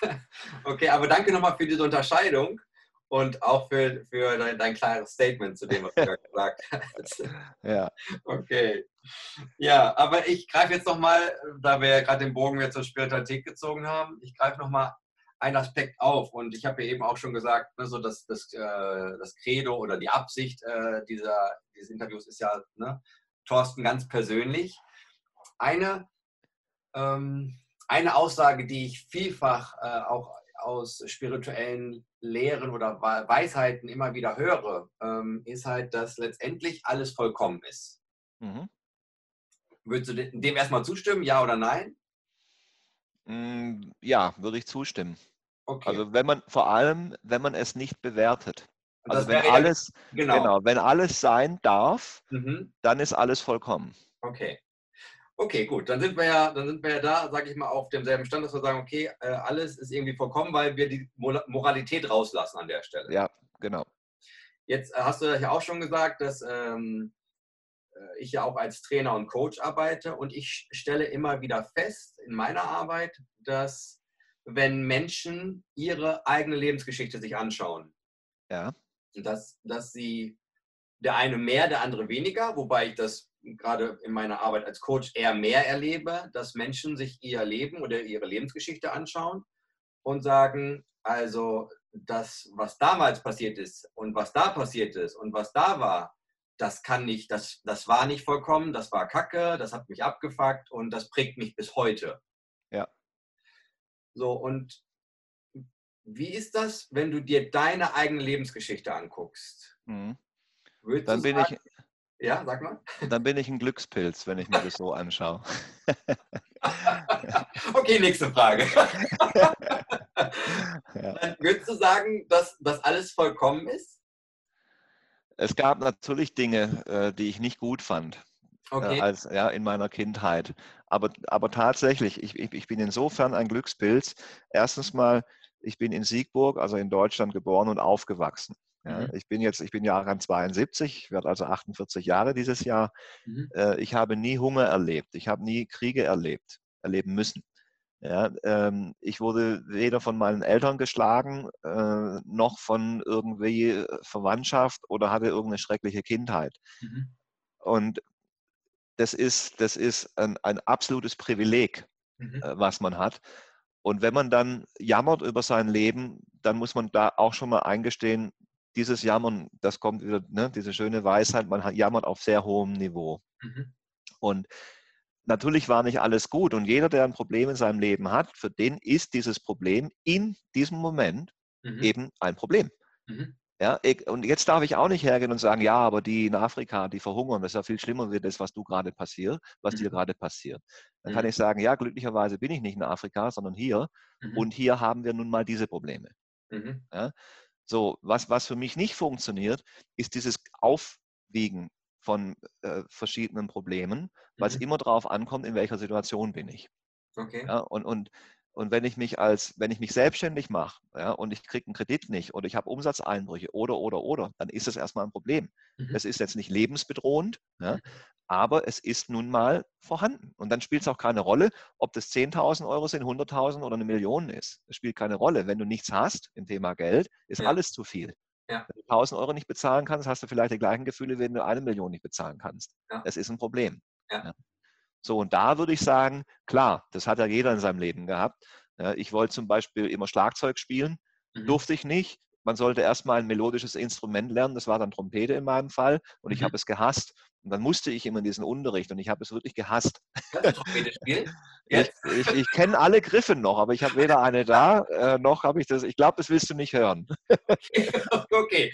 C: Okay, aber danke nochmal für diese Unterscheidung. Und auch für, für dein, dein klares Statement zu dem, was du gerade gesagt hast.
B: Ja.
C: Okay. Ja, aber ich greife jetzt nochmal, da wir ja gerade den Bogen jetzt zur Spiritualität gezogen haben, ich greife nochmal einen Aspekt auf. Und ich habe ja eben auch schon gesagt, ne, so das, das, äh, das Credo oder die Absicht äh, dieser, dieses Interviews ist ja, ne, Thorsten, ganz persönlich. Eine, ähm, eine Aussage, die ich vielfach äh, auch aus spirituellen Lehren oder Weisheiten immer wieder höre, ähm, ist halt, dass letztendlich alles vollkommen ist. Mhm. Würdest du dem erstmal zustimmen, ja oder nein?
B: Ja, würde ich zustimmen.
C: Okay.
B: Also wenn man, vor allem, wenn man es nicht bewertet.
C: Das
B: also wenn
C: ja,
B: alles,
C: genau.
B: genau, wenn alles sein darf,
C: mhm.
B: dann ist alles vollkommen.
C: Okay. Okay, gut, dann sind wir ja, dann sind wir ja da, sage ich mal, auf demselben Stand, dass wir sagen, okay, äh, alles ist irgendwie vollkommen, weil wir die Moralität rauslassen an der Stelle.
B: Ja, genau.
C: Jetzt äh, hast du ja auch schon gesagt, dass ähm, ich ja auch als Trainer und Coach arbeite und ich stelle immer wieder fest in meiner Arbeit, dass wenn Menschen ihre eigene Lebensgeschichte sich anschauen,
B: ja.
C: dass, dass sie der eine mehr, der andere weniger, wobei ich das gerade in meiner Arbeit als Coach eher mehr erlebe, dass Menschen sich ihr Leben oder ihre Lebensgeschichte anschauen und sagen, also das, was damals passiert ist und was da passiert ist und was da war, das kann nicht, das, das war nicht vollkommen, das war Kacke, das hat mich abgefuckt und das prägt mich bis heute.
B: Ja.
C: So, und wie ist das, wenn du dir deine eigene Lebensgeschichte anguckst?
B: Mhm. Dann bin sagen, ich,
C: ja, sag mal.
B: Dann bin ich ein Glückspilz, wenn ich mir das so anschaue.
C: Okay, nächste Frage. Ja. Dann würdest du sagen, dass das alles vollkommen ist?
B: Es gab natürlich Dinge, die ich nicht gut fand. Okay. Als, ja, in meiner Kindheit. Aber, aber tatsächlich, ich, ich bin insofern ein Glückspilz. Erstens mal, ich bin in Siegburg, also in Deutschland, geboren und aufgewachsen. Ja, mhm. Ich bin jetzt, ich bin Jahrgang zweiundsiebzig, ich werde also achtundvierzig Jahre dieses Jahr. Mhm. Äh, ich habe nie Hunger erlebt, ich habe nie Kriege erlebt, erleben müssen. Ja, ähm, ich wurde weder von meinen Eltern geschlagen, äh, noch von irgendwie Verwandtschaft oder hatte irgendeine schreckliche Kindheit. Mhm. Und das ist, das ist ein, ein absolutes Privileg, mhm. äh, was man hat. Und wenn man dann jammert über sein Leben, dann muss man da auch schon mal eingestehen, dieses Jammern, das kommt wieder, ne, diese schöne Weisheit, man jammert auf sehr hohem Niveau. Mhm. Und natürlich war nicht alles gut. Und jeder, der ein Problem in seinem Leben hat, für den ist dieses Problem in diesem Moment mhm. eben ein Problem. Mhm. Ja, ich, und jetzt darf ich auch nicht hergehen und sagen, ja, aber die in Afrika, die verhungern, das ist ja viel schlimmer wie das, was du gerade passiert, was mhm. dir gerade passiert. Dann mhm. kann ich sagen, ja, glücklicherweise bin ich nicht in Afrika, sondern hier. Mhm. Und hier haben wir nun mal diese Probleme.
C: Mhm.
B: Ja? So, was, was für mich nicht funktioniert, ist dieses Aufwiegen von äh, verschiedenen Problemen, weil es
C: Mhm.
B: immer darauf ankommt, in welcher Situation bin ich.
C: Okay.
B: Ja, und, und, und wenn ich mich als, wenn ich mich selbstständig mache, ja, und ich kriege einen Kredit nicht oder ich habe Umsatzeinbrüche oder, oder, oder, dann ist das erstmal ein Problem.
C: Mhm.
B: Es ist jetzt nicht lebensbedrohend, ja,
C: Mhm.
B: aber es ist nun mal vorhanden. Und dann spielt es auch keine Rolle, ob das zehntausend Euro sind, hunderttausend oder eine Million ist. Es spielt keine Rolle. Wenn du nichts hast im Thema Geld, ist
C: Ja.
B: alles zu viel.
C: Ja.
B: Wenn du tausend Euro nicht bezahlen kannst, hast du vielleicht die gleichen Gefühle, wenn du eine Million nicht bezahlen kannst.
C: Ja.
B: Das ist ein Problem.
C: Ja.
B: Ja. So, und da würde ich sagen, klar, das hat ja jeder in seinem Leben gehabt. Ja, ich wollte zum Beispiel immer Schlagzeug spielen,
C: Mhm.
B: durfte ich nicht. Man sollte erstmal ein melodisches Instrument lernen, das war dann Trompete in meinem Fall, und ich
C: Mhm.
B: habe es gehasst. Und dann musste ich immer in diesen Unterricht und ich habe es wirklich gehasst.
C: Kannst du Trompete spielen?
B: Ich,
C: Jetzt?
B: ich, ich kenne alle Griffe noch, aber ich habe weder eine da, äh, noch habe ich das. Ich glaube, das willst du nicht hören.
C: Okay.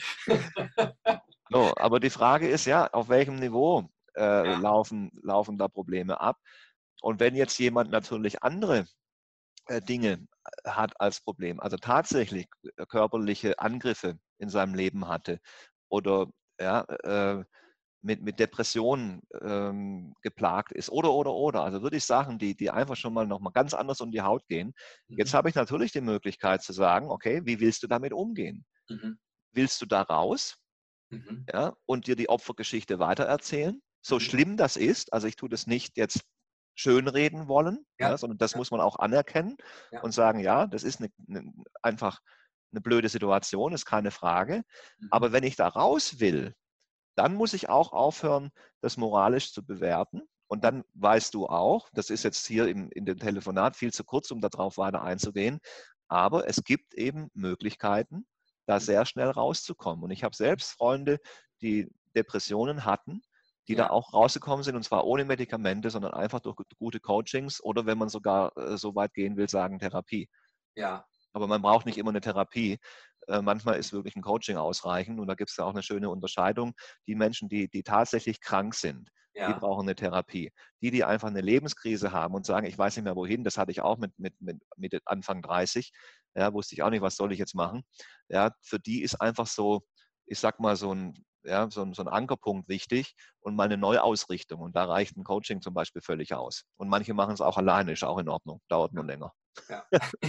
B: So, aber die Frage ist ja, auf welchem Niveau äh,
C: Ja.
B: laufen, laufen da Probleme ab? Und wenn jetzt jemand natürlich andere äh, Dinge hat als Problem, also tatsächlich äh, körperliche Angriffe in seinem Leben hatte oder ja, äh, mit, mit Depressionen ähm, geplagt ist oder, oder, oder. Also wirklich Sachen, die, die einfach schon mal nochmal ganz anders um die Haut gehen. Jetzt
C: Mhm.
B: habe ich natürlich die Möglichkeit zu sagen, okay, wie willst du damit umgehen?
C: Mhm.
B: Willst du da raus?
C: Mhm.
B: Ja, und dir die Opfergeschichte weitererzählen, so
C: Mhm.
B: schlimm das ist. Also ich tue das nicht jetzt schönreden wollen,
C: Ja.
B: ja, sondern das
C: Ja.
B: muss man auch anerkennen
C: Ja.
B: und sagen, ja, das ist eine, eine, einfach eine blöde Situation, ist keine Frage.
C: Mhm.
B: Aber wenn ich da raus will, dann muss ich auch aufhören, das moralisch zu bewerten. Und dann weißt du auch, das ist jetzt hier im, in dem Telefonat viel zu kurz, um darauf weiter einzugehen, aber es gibt eben Möglichkeiten, da sehr schnell rauszukommen. Und ich habe selbst Freunde, die Depressionen hatten, die da
C: Ja.
B: auch rausgekommen sind, und zwar ohne Medikamente, sondern einfach durch gute Coachings oder, wenn man sogar äh, so weit gehen will, sagen Therapie.
C: Ja.
B: Aber man braucht nicht immer eine Therapie. Äh, manchmal ist wirklich ein Coaching ausreichend, und da gibt es ja auch eine schöne Unterscheidung. Die Menschen, die, die tatsächlich krank sind, die
C: Ja.
B: brauchen eine Therapie. Die, die einfach eine Lebenskrise haben und sagen, ich weiß nicht mehr wohin, das hatte ich auch mit, mit, mit, mit Anfang dreißig, ja, wusste ich auch nicht, was soll ich jetzt machen. Ja, für die ist einfach so, ich sag mal, so ein, ja, so ein, so ein Ankerpunkt wichtig und mal eine Neuausrichtung. Und da reicht ein Coaching zum Beispiel völlig aus. Und manche machen es auch alleine, ist auch in Ordnung, dauert nur länger.
C: Ja.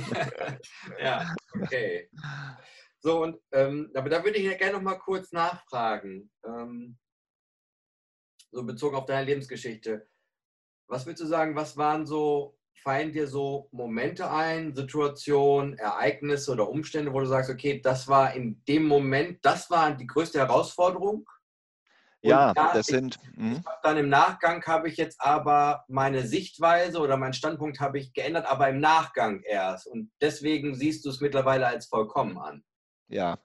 C: Ja, okay. So, und ähm, aber da würde ich ja gerne noch mal kurz nachfragen, ähm, so bezogen auf deine Lebensgeschichte. Was würdest du sagen, was waren so, fallen dir so Momente ein, Situationen, Ereignisse oder Umstände, wo du sagst, okay, das war in dem Moment, das war die größte Herausforderung? Und
B: Ja,
C: ja,
B: das
C: ich,
B: sind,
C: ich
B: mh,
C: habe dann im Nachgang habe ich jetzt aber meine Sichtweise oder meinen Standpunkt habe ich geändert, aber im Nachgang erst. Und deswegen siehst du es mittlerweile als vollkommen an.
B: ja.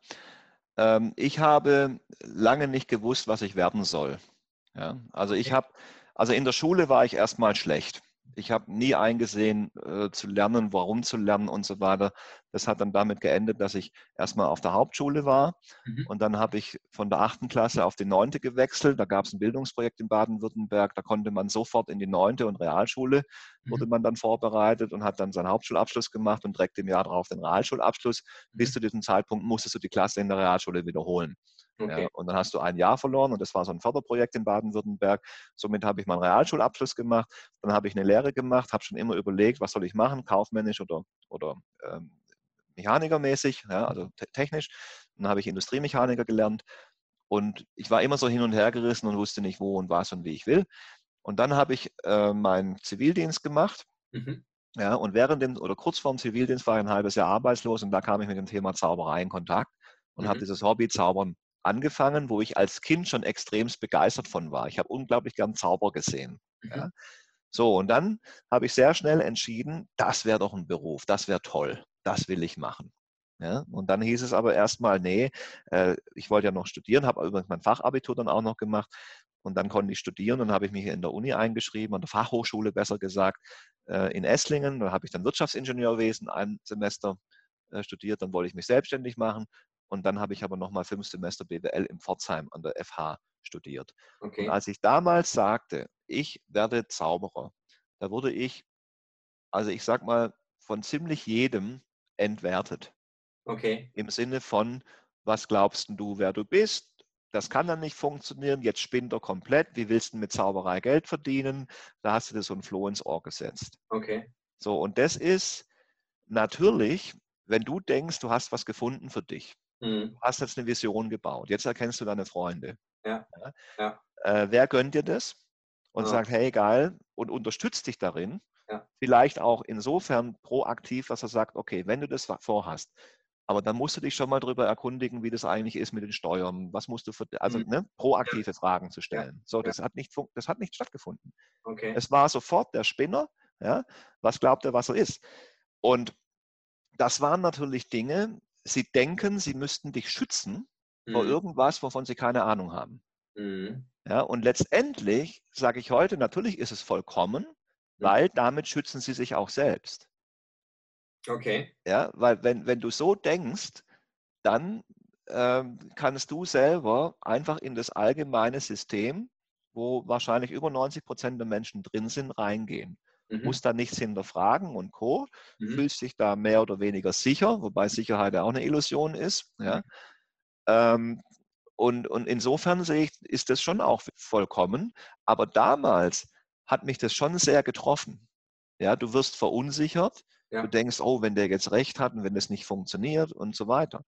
B: Ähm, ich habe lange nicht gewusst, was ich werden soll. Ja, also ich
C: Okay.
B: habe, also in der Schule war ich erstmal schlecht. Ich habe nie eingesehen, äh, zu lernen, warum zu lernen und so weiter. Das hat dann damit geendet, dass ich erstmal auf der Hauptschule war,
C: Mhm.
B: und dann habe ich von der achten Klasse auf die neunte gewechselt. Da gab es ein Bildungsprojekt in Baden-Württemberg. Da konnte man sofort in die neunte und Realschule, wurde
C: Mhm.
B: man dann vorbereitet und hat dann seinen Hauptschulabschluss gemacht und direkt im Jahr darauf den Realschulabschluss. Bis
C: Mhm.
B: zu diesem Zeitpunkt musstest du die Klasse in der Realschule wiederholen. Ja,
C: Okay.
B: und dann hast du ein Jahr verloren, und das war so ein Förderprojekt in Baden-Württemberg. Somit habe ich meinen Realschulabschluss gemacht. Dann habe ich eine Lehre gemacht, habe schon immer überlegt, was soll ich machen, kaufmännisch oder, oder ähm, mechanikermäßig, ja, also te technisch. Dann habe ich Industriemechaniker gelernt, und ich war immer so hin und her gerissen und wusste nicht, wo und was und wie ich will. Und dann habe ich äh, meinen Zivildienst gemacht.
C: Mhm.
B: Ja, und während dem oder kurz vorm Zivildienst war ich ein halbes Jahr arbeitslos, und da kam ich mit dem Thema Zauberei in Kontakt und habe
C: Mhm.
B: dieses Hobby Zaubern angefangen, wo ich als Kind schon extremst begeistert von war. Ich habe unglaublich gern Zauber gesehen.
C: Mhm.
B: Ja. So, und dann habe ich sehr schnell entschieden, das wäre doch ein Beruf, das wäre toll, das will ich machen. Ja, und dann hieß es aber erstmal, nee, äh, ich wollte ja noch studieren, habe übrigens mein Fachabitur dann auch noch gemacht, und dann konnte ich studieren, und habe ich mich in der Uni eingeschrieben, an der Fachhochschule besser gesagt, äh, in Esslingen. Da habe ich dann Wirtschaftsingenieurwesen ein Semester äh, studiert, dann wollte ich mich selbstständig machen, und dann habe ich aber nochmal fünf Semester B W L in Pforzheim an der F H studiert. Und
C: Okay.
B: als ich damals sagte, ich werde Zauberer, da wurde ich, also ich sag mal, von ziemlich jedem entwertet.
C: Okay.
B: Im Sinne von, was glaubst du, wer du bist? Das kann dann nicht funktionieren. Jetzt spinnt er komplett. Wie willst du mit Zauberei Geld verdienen? Da hast du dir so ein Floh ins Ohr gesetzt.
C: Okay.
B: So, und das ist natürlich, wenn du denkst, du hast was gefunden für dich.
C: Mhm.
B: Du hast jetzt eine Vision gebaut. Jetzt erkennst du deine Freunde.
C: Ja.
B: Ja?
C: Ja.
B: Äh, wer gönnt dir das? Und
C: Ja.
B: sagt, hey, geil, und unterstützt dich darin.
C: Ja.
B: Vielleicht auch insofern proaktiv, dass er sagt, okay, wenn du das vorhast, aber dann musst du dich schon mal darüber erkundigen, wie das eigentlich ist mit den Steuern. Was musst du für, also
C: Mhm.
B: ne, proaktive
C: Ja.
B: Fragen zu stellen.
C: Ja.
B: So, das hat nicht, das hat nicht stattgefunden.
C: Okay.
B: Es war sofort der Spinner, ja, was glaubt er, was er ist. Und das waren natürlich Dinge, sie denken, sie müssten dich schützen mhm. vor irgendwas, wovon sie keine Ahnung haben.
C: Mhm.
B: Ja, und letztendlich sage ich heute, natürlich ist es vollkommen, mhm. weil damit schützen sie sich auch selbst.
C: Okay.
B: Ja, weil wenn, wenn du so denkst, dann ähm, kannst du selber einfach in das allgemeine System, wo wahrscheinlich über neunzig Prozent der Menschen drin sind, reingehen. Mhm. Musst da nichts hinterfragen und Co. Mhm. Fühlst dich da mehr oder weniger sicher, wobei Sicherheit ja auch eine Illusion ist. Ja? Mhm. Ähm, und, und insofern sehe ich, ist das schon auch vollkommen. Aber damals hat mich das schon sehr getroffen. Ja, du wirst verunsichert. Ja. Du denkst, oh, wenn der jetzt recht hat und wenn das nicht funktioniert und so weiter.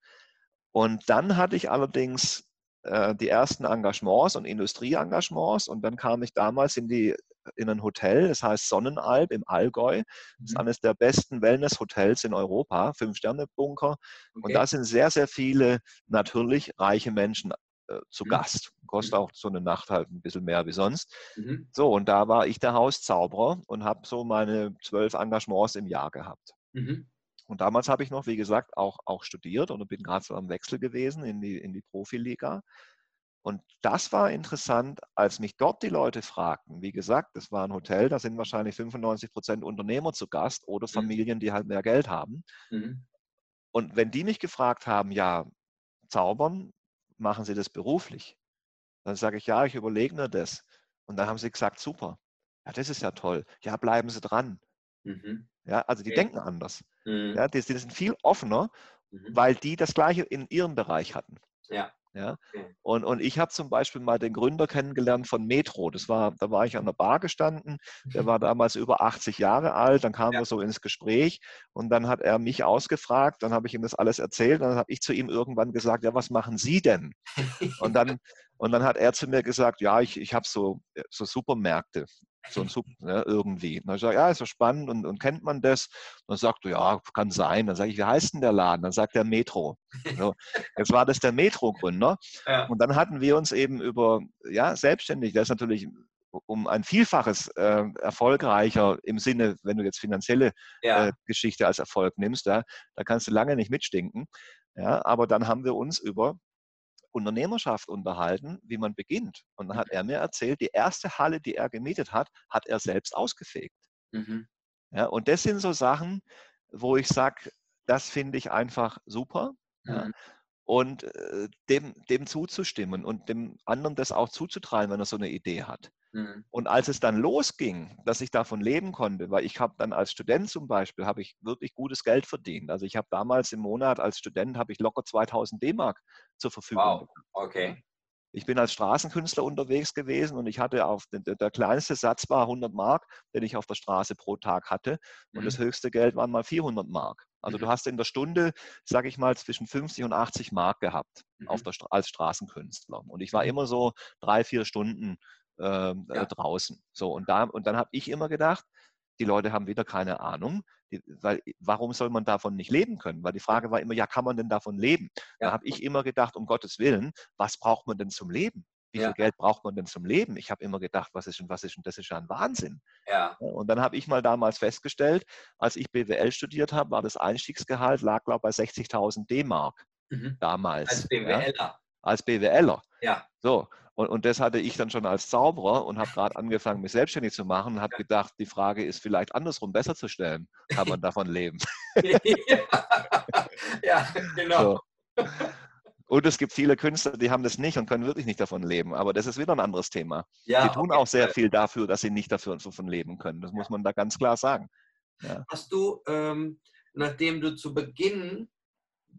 B: Und dann hatte ich allerdings äh, die ersten Engagements und Industrieengagements und dann kam ich damals in, die, in ein Hotel, das heißt Sonnenalb im Allgäu. Das ist eines der besten Wellness-Hotels in Europa, Fünf-Sterne-Bunker. Okay. Und da sind sehr, sehr viele natürlich reiche Menschen äh, zu mhm. Gast. Kostet auch so eine Nacht halt ein bisschen mehr wie sonst. Mhm. So, und da war ich der Hauszauberer und habe so meine zwölf Engagements im Jahr gehabt. Mhm. Und damals habe ich noch, wie gesagt, auch, auch studiert und bin gerade so am Wechsel gewesen in die, in die Profiliga. Und das war interessant, als mich dort die Leute fragten. Wie gesagt, das war ein Hotel, da sind wahrscheinlich fünfundneunzig Prozent Unternehmer zu Gast oder Familien, die halt mehr Geld haben. Mhm. Und wenn die mich gefragt haben, ja, zaubern, machen Sie das beruflich? Dann sage ich, ja, ich überlege mir das. Und dann haben sie gesagt, super, ja, das ist ja toll. Ja, bleiben Sie dran. Mhm. Ja, also die okay. denken anders. Mhm. Ja, die, die sind viel offener, mhm. weil die das Gleiche in ihrem Bereich hatten.
C: Ja.
B: Ja? Okay. Und, und ich habe zum Beispiel mal den Gründer kennengelernt von Metro. Das war, da war ich an der Bar gestanden. Der war damals über achtzig Jahre alt. Dann kamen ja. wir so ins Gespräch und dann hat er mich ausgefragt. Dann habe ich ihm das alles erzählt. Dann habe ich zu ihm irgendwann gesagt, ja, was machen Sie denn? Und dann, und dann hat er zu mir gesagt, ja, ich, ich habe so, so Supermärkte. So ein Sub, ne, irgendwie. Und dann sage ich, ja, ist so spannend und, und kennt man das? Und dann sagt er, ja, kann sein. Dann sage ich, wie heißt denn der Laden? Dann sagt er Metro. So, jetzt war das der Metro-Gründer. Ja. Und dann hatten wir uns eben über, ja, selbstständig, das ist natürlich um ein Vielfaches äh, erfolgreicher im Sinne, wenn du jetzt finanzielle ja. äh, Geschichte als Erfolg nimmst, ja, da kannst du lange nicht mitstinken. Ja, aber dann haben wir uns über Unternehmerschaft unterhalten, wie man beginnt. Und dann hat er mir erzählt, die erste Halle, die er gemietet hat, hat er selbst ausgefegt. Mhm. Ja, und das sind so Sachen, wo ich sage, das finde ich einfach super. Mhm. Ja, und äh, dem, dem zuzustimmen und dem anderen das auch zuzutrauen, wenn er so eine Idee hat. Mhm. Und als es dann losging, dass ich davon leben konnte, weil ich habe dann als Student zum Beispiel, habe ich wirklich gutes Geld verdient. Also ich habe damals im Monat als Student, habe ich locker zweitausend D-Mark zur Verfügung.
C: Wow, okay.
B: Ich bin als Straßenkünstler unterwegs gewesen und ich hatte auf, der, der kleinste Satz war hundert Mark, den ich auf der Straße pro Tag hatte. Und mhm. das höchste Geld waren mal vierhundert Mark. Also mhm. du hast in der Stunde, sage ich mal, zwischen fünfzig und achtzig Mark gehabt mhm. auf der, als Straßenkünstler. Und ich war immer so drei, vier Stunden äh, ja. draußen. So, und, da, und dann habe ich immer gedacht, die Leute haben wieder keine Ahnung, die, weil warum soll man davon nicht leben können? Weil die Frage war immer, ja, kann man denn davon leben? Ja. Da habe ich immer gedacht, um Gottes Willen, was braucht man denn zum Leben? Wie ja. viel Geld braucht man denn zum Leben? Ich habe immer gedacht, was ist denn, was ist denn, das ist ja ein Wahnsinn.
C: Ja.
B: Und dann habe ich mal damals festgestellt, als ich B W L studiert habe, war das Einstiegsgehalt, lag glaube ich bei sechzigtausend D-Mark
C: mhm.
B: damals.
C: Als BWLer.
B: Ja? Als BWLer.
C: Ja.
B: So, und, und das hatte ich dann schon als Zauberer und habe gerade angefangen, mich selbstständig zu machen und habe gedacht, die Frage ist vielleicht andersrum besser zu stellen. Kann man davon leben?
C: Ja, genau.
B: So. Und es gibt viele Künstler, die haben das nicht und können wirklich nicht davon leben. Aber das ist wieder ein anderes Thema.
C: Ja,
B: die tun auch sehr viel dafür, dass sie nicht davon leben können. Das muss man da ganz klar sagen. Ja.
C: Hast du, ähm, nachdem du zu Beginn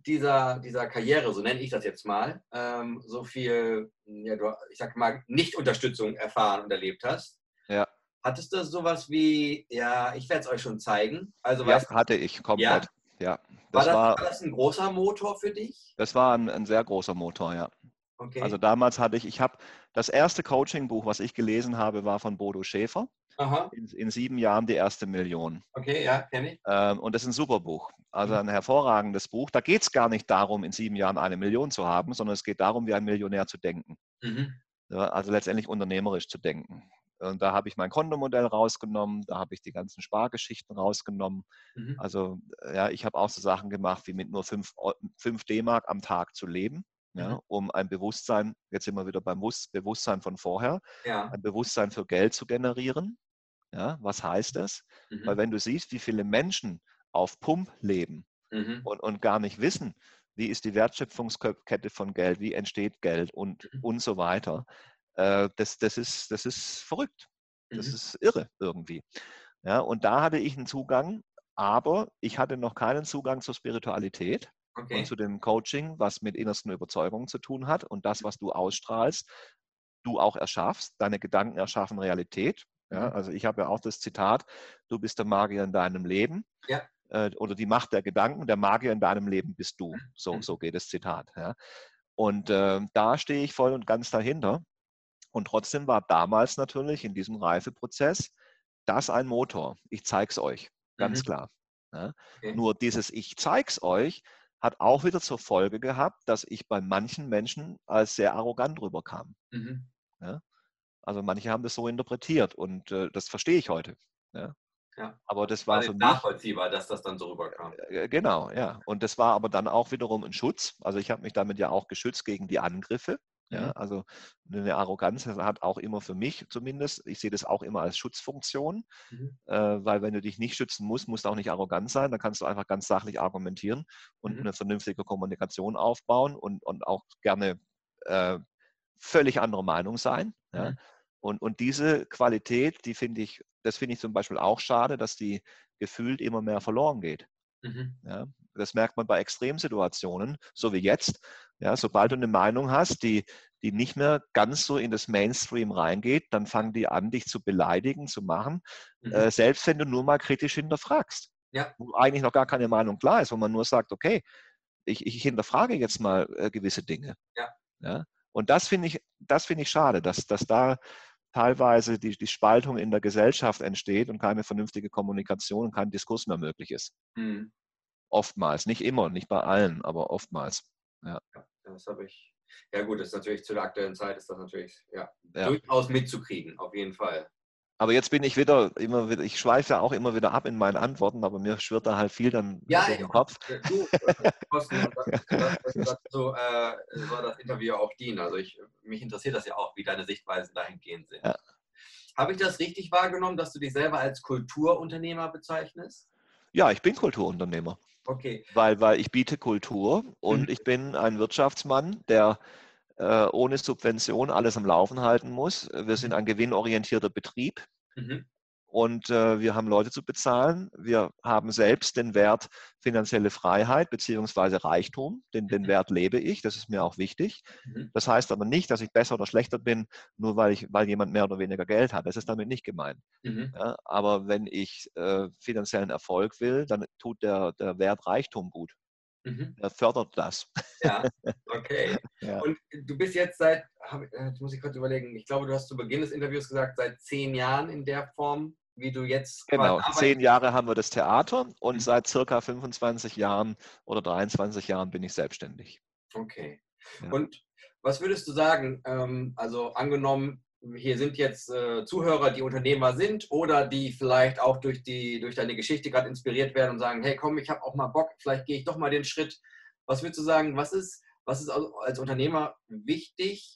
C: dieser, dieser Karriere, so nenne ich das jetzt mal, ähm, so viel, ja, du, ich sag mal, Nicht-Unterstützung erfahren und erlebt hast.
B: Ja.
C: Hattest du sowas wie, ja, ich werde es euch schon zeigen? Also,
B: Ja,
C: weißt du,
B: hatte ich komplett.
C: ja?
B: Ja,
C: War
B: das
C: das,
B: war,
C: war das ein großer Motor für dich?
B: das war ein, ein sehr großer Motor, ja.
C: Okay.
B: Also damals hatte ich, ich habe das erste Coaching-Buch, was ich gelesen habe, war von Bodo Schäfer.
C: Aha.
B: In, in sieben Jahren die erste Million.
C: Okay, ja, kenne ich.
B: Ähm, und das ist ein super Buch. Also ein hervorragendes Buch. Da geht es gar nicht darum, in sieben Jahren eine Million zu haben, sondern es geht darum, wie ein Millionär zu denken.
C: Mhm.
B: Ja, also letztendlich unternehmerisch zu denken. Und da habe ich mein Kontomodell rausgenommen, da habe ich die ganzen Spargeschichten rausgenommen.
C: Mhm.
B: Also ja, ich habe auch so Sachen gemacht, wie mit nur fünf D-Mark am Tag zu leben, ja,
C: Mhm.
B: um ein Bewusstsein, jetzt sind wir wieder beim Bewusstsein von vorher,
C: Ja.
B: ein Bewusstsein für Geld zu generieren. Ja, was heißt das?
C: Mhm.
B: Weil wenn du siehst, wie viele Menschen auf Pump leben
C: Mhm.
B: und, und gar nicht wissen, wie ist die Wertschöpfungskette von Geld, wie entsteht Geld und,
C: Mhm.
B: und so weiter, äh, das, das, ist, das ist verrückt. Das
C: Mhm.
B: ist irre irgendwie. Ja, und da hatte ich einen Zugang, aber ich hatte noch keinen Zugang zur Spiritualität
C: Okay.
B: und zu dem Coaching, was mit innersten Überzeugungen zu tun hat und das, was du ausstrahlst, du auch erschaffst. Deine Gedanken erschaffen Realität. Ja,
C: Mhm.
B: also ich habe ja auch das Zitat, du bist der Magier in deinem Leben.
C: Ja.
B: Äh, oder die Macht der Gedanken, der Magier in deinem Leben bist du. So,
C: Mhm.
B: so geht das Zitat. Ja. Und äh, da stehe ich voll und ganz dahinter. Und trotzdem war damals natürlich in diesem Reifeprozess das ein Motor. Ich zeige es euch, ganz
C: Mhm.
B: klar. Ja.
C: Okay.
B: Nur dieses Ich zeige es euch hat auch wieder zur Folge gehabt, dass ich bei manchen Menschen als sehr arrogant rüberkam.
C: Mhm.
B: Ja. Also manche haben das so interpretiert und äh, das verstehe ich heute. Ja.
C: Ja.
B: Aber das
C: War
B: war
C: nicht
B: für mich,
C: nachvollziehbar, dass das dann so rüberkam.
B: äh, genau, ja. Und das war aber dann auch wiederum ein Schutz. Also ich habe mich damit ja auch geschützt gegen die Angriffe. Ja.
C: Mhm.
B: Also eine Arroganz hat auch immer für mich zumindest, ich sehe das auch immer als Schutzfunktion,
C: Mhm.
B: äh, weil wenn du dich nicht schützen musst, musst du auch nicht arrogant sein. Dann kannst du einfach ganz sachlich argumentieren und
C: Mhm.
B: eine vernünftige Kommunikation aufbauen und, und auch gerne äh, völlig andere Meinung sein. Ja.
C: Mhm.
B: Und, und diese Qualität, die finde ich, das finde ich zum Beispiel auch schade, dass die gefühlt immer mehr verloren geht.
C: Mhm.
B: Ja. Das merkt man bei Extremsituationen, so wie jetzt. Ja, sobald du eine Meinung hast, die, die nicht mehr ganz so in das Mainstream reingeht, dann fangen die an, dich zu beleidigen, zu machen,
C: Mhm.
B: äh, selbst wenn du nur mal kritisch hinterfragst.
C: Ja.
B: Wo eigentlich noch gar keine Meinung klar ist, wo man nur sagt, okay, ich, ich hinterfrage jetzt mal äh, gewisse Dinge.
C: Ja.
B: Ja. Und das finde ich, das finde ich schade, dass, dass da teilweise die, die Spaltung in der Gesellschaft entsteht und keine vernünftige Kommunikation und kein Diskurs mehr möglich ist.
C: Mhm.
B: Oftmals, nicht immer, nicht bei allen, aber oftmals. Ja.
C: Ja, das habe ich. Ja gut, das ist natürlich zu der aktuellen Zeit ist das natürlich ja,
B: Ja.
C: durchaus mitzukriegen, auf jeden Fall.
B: Aber jetzt bin ich wieder, immer wieder, ich schweife ja auch immer wieder ab in meinen Antworten, aber mir schwirrt da halt viel dann
C: Ja,
B: durch den Kopf.
C: du, äh, Thorsten, und das, das, das, das, so äh, soll das Interview auch dienen. Also ich, mich interessiert das ja auch, wie deine Sichtweisen dahingehend sind.
B: Ja.
C: Habe ich das richtig wahrgenommen, dass du dich selber als Kulturunternehmer bezeichnest?
B: Ja, ich bin Kulturunternehmer,
C: Okay.
B: weil, weil ich biete Kultur und
C: Mhm.
B: ich bin ein Wirtschaftsmann, der äh, ohne Subvention alles am Laufen halten muss. Wir sind ein gewinnorientierter Betrieb.
C: Mhm.
B: Und äh, wir haben Leute zu bezahlen. Wir haben selbst den Wert finanzielle Freiheit beziehungsweise Reichtum. Den, den Wert lebe ich, das ist mir auch wichtig.
C: Mhm.
B: Das heißt aber nicht, dass ich besser oder schlechter bin, nur weil, ich, weil jemand mehr oder weniger Geld hat. Das ist damit nicht gemeint.
C: Mhm.
B: Ja, aber wenn ich äh, finanziellen Erfolg will, dann tut der, der Wert Reichtum gut.
C: Mhm.
B: Er fördert das.
C: Ja, okay.
B: Ja.
C: Und du bist jetzt seit, jetzt muss ich kurz überlegen, ich glaube, du hast zu Beginn des Interviews gesagt, seit zehn Jahren in der Form, wie du jetzt
B: Genau,
C: quasi
B: zehn
C: arbeitest.
B: Jahre haben wir das Theater und
C: Mhm.
B: seit circa fünfundzwanzig Jahren oder dreiundzwanzig Jahren bin ich selbstständig.
C: Okay.
B: Ja.
C: Und was würdest du sagen, ähm, also angenommen, hier sind jetzt äh, Zuhörer, die Unternehmer sind oder die vielleicht auch durch, die, durch deine Geschichte gerade inspiriert werden und sagen, hey komm, ich habe auch mal Bock, vielleicht gehe ich doch mal den Schritt. Was würdest du sagen, was ist, was ist als Unternehmer wichtig,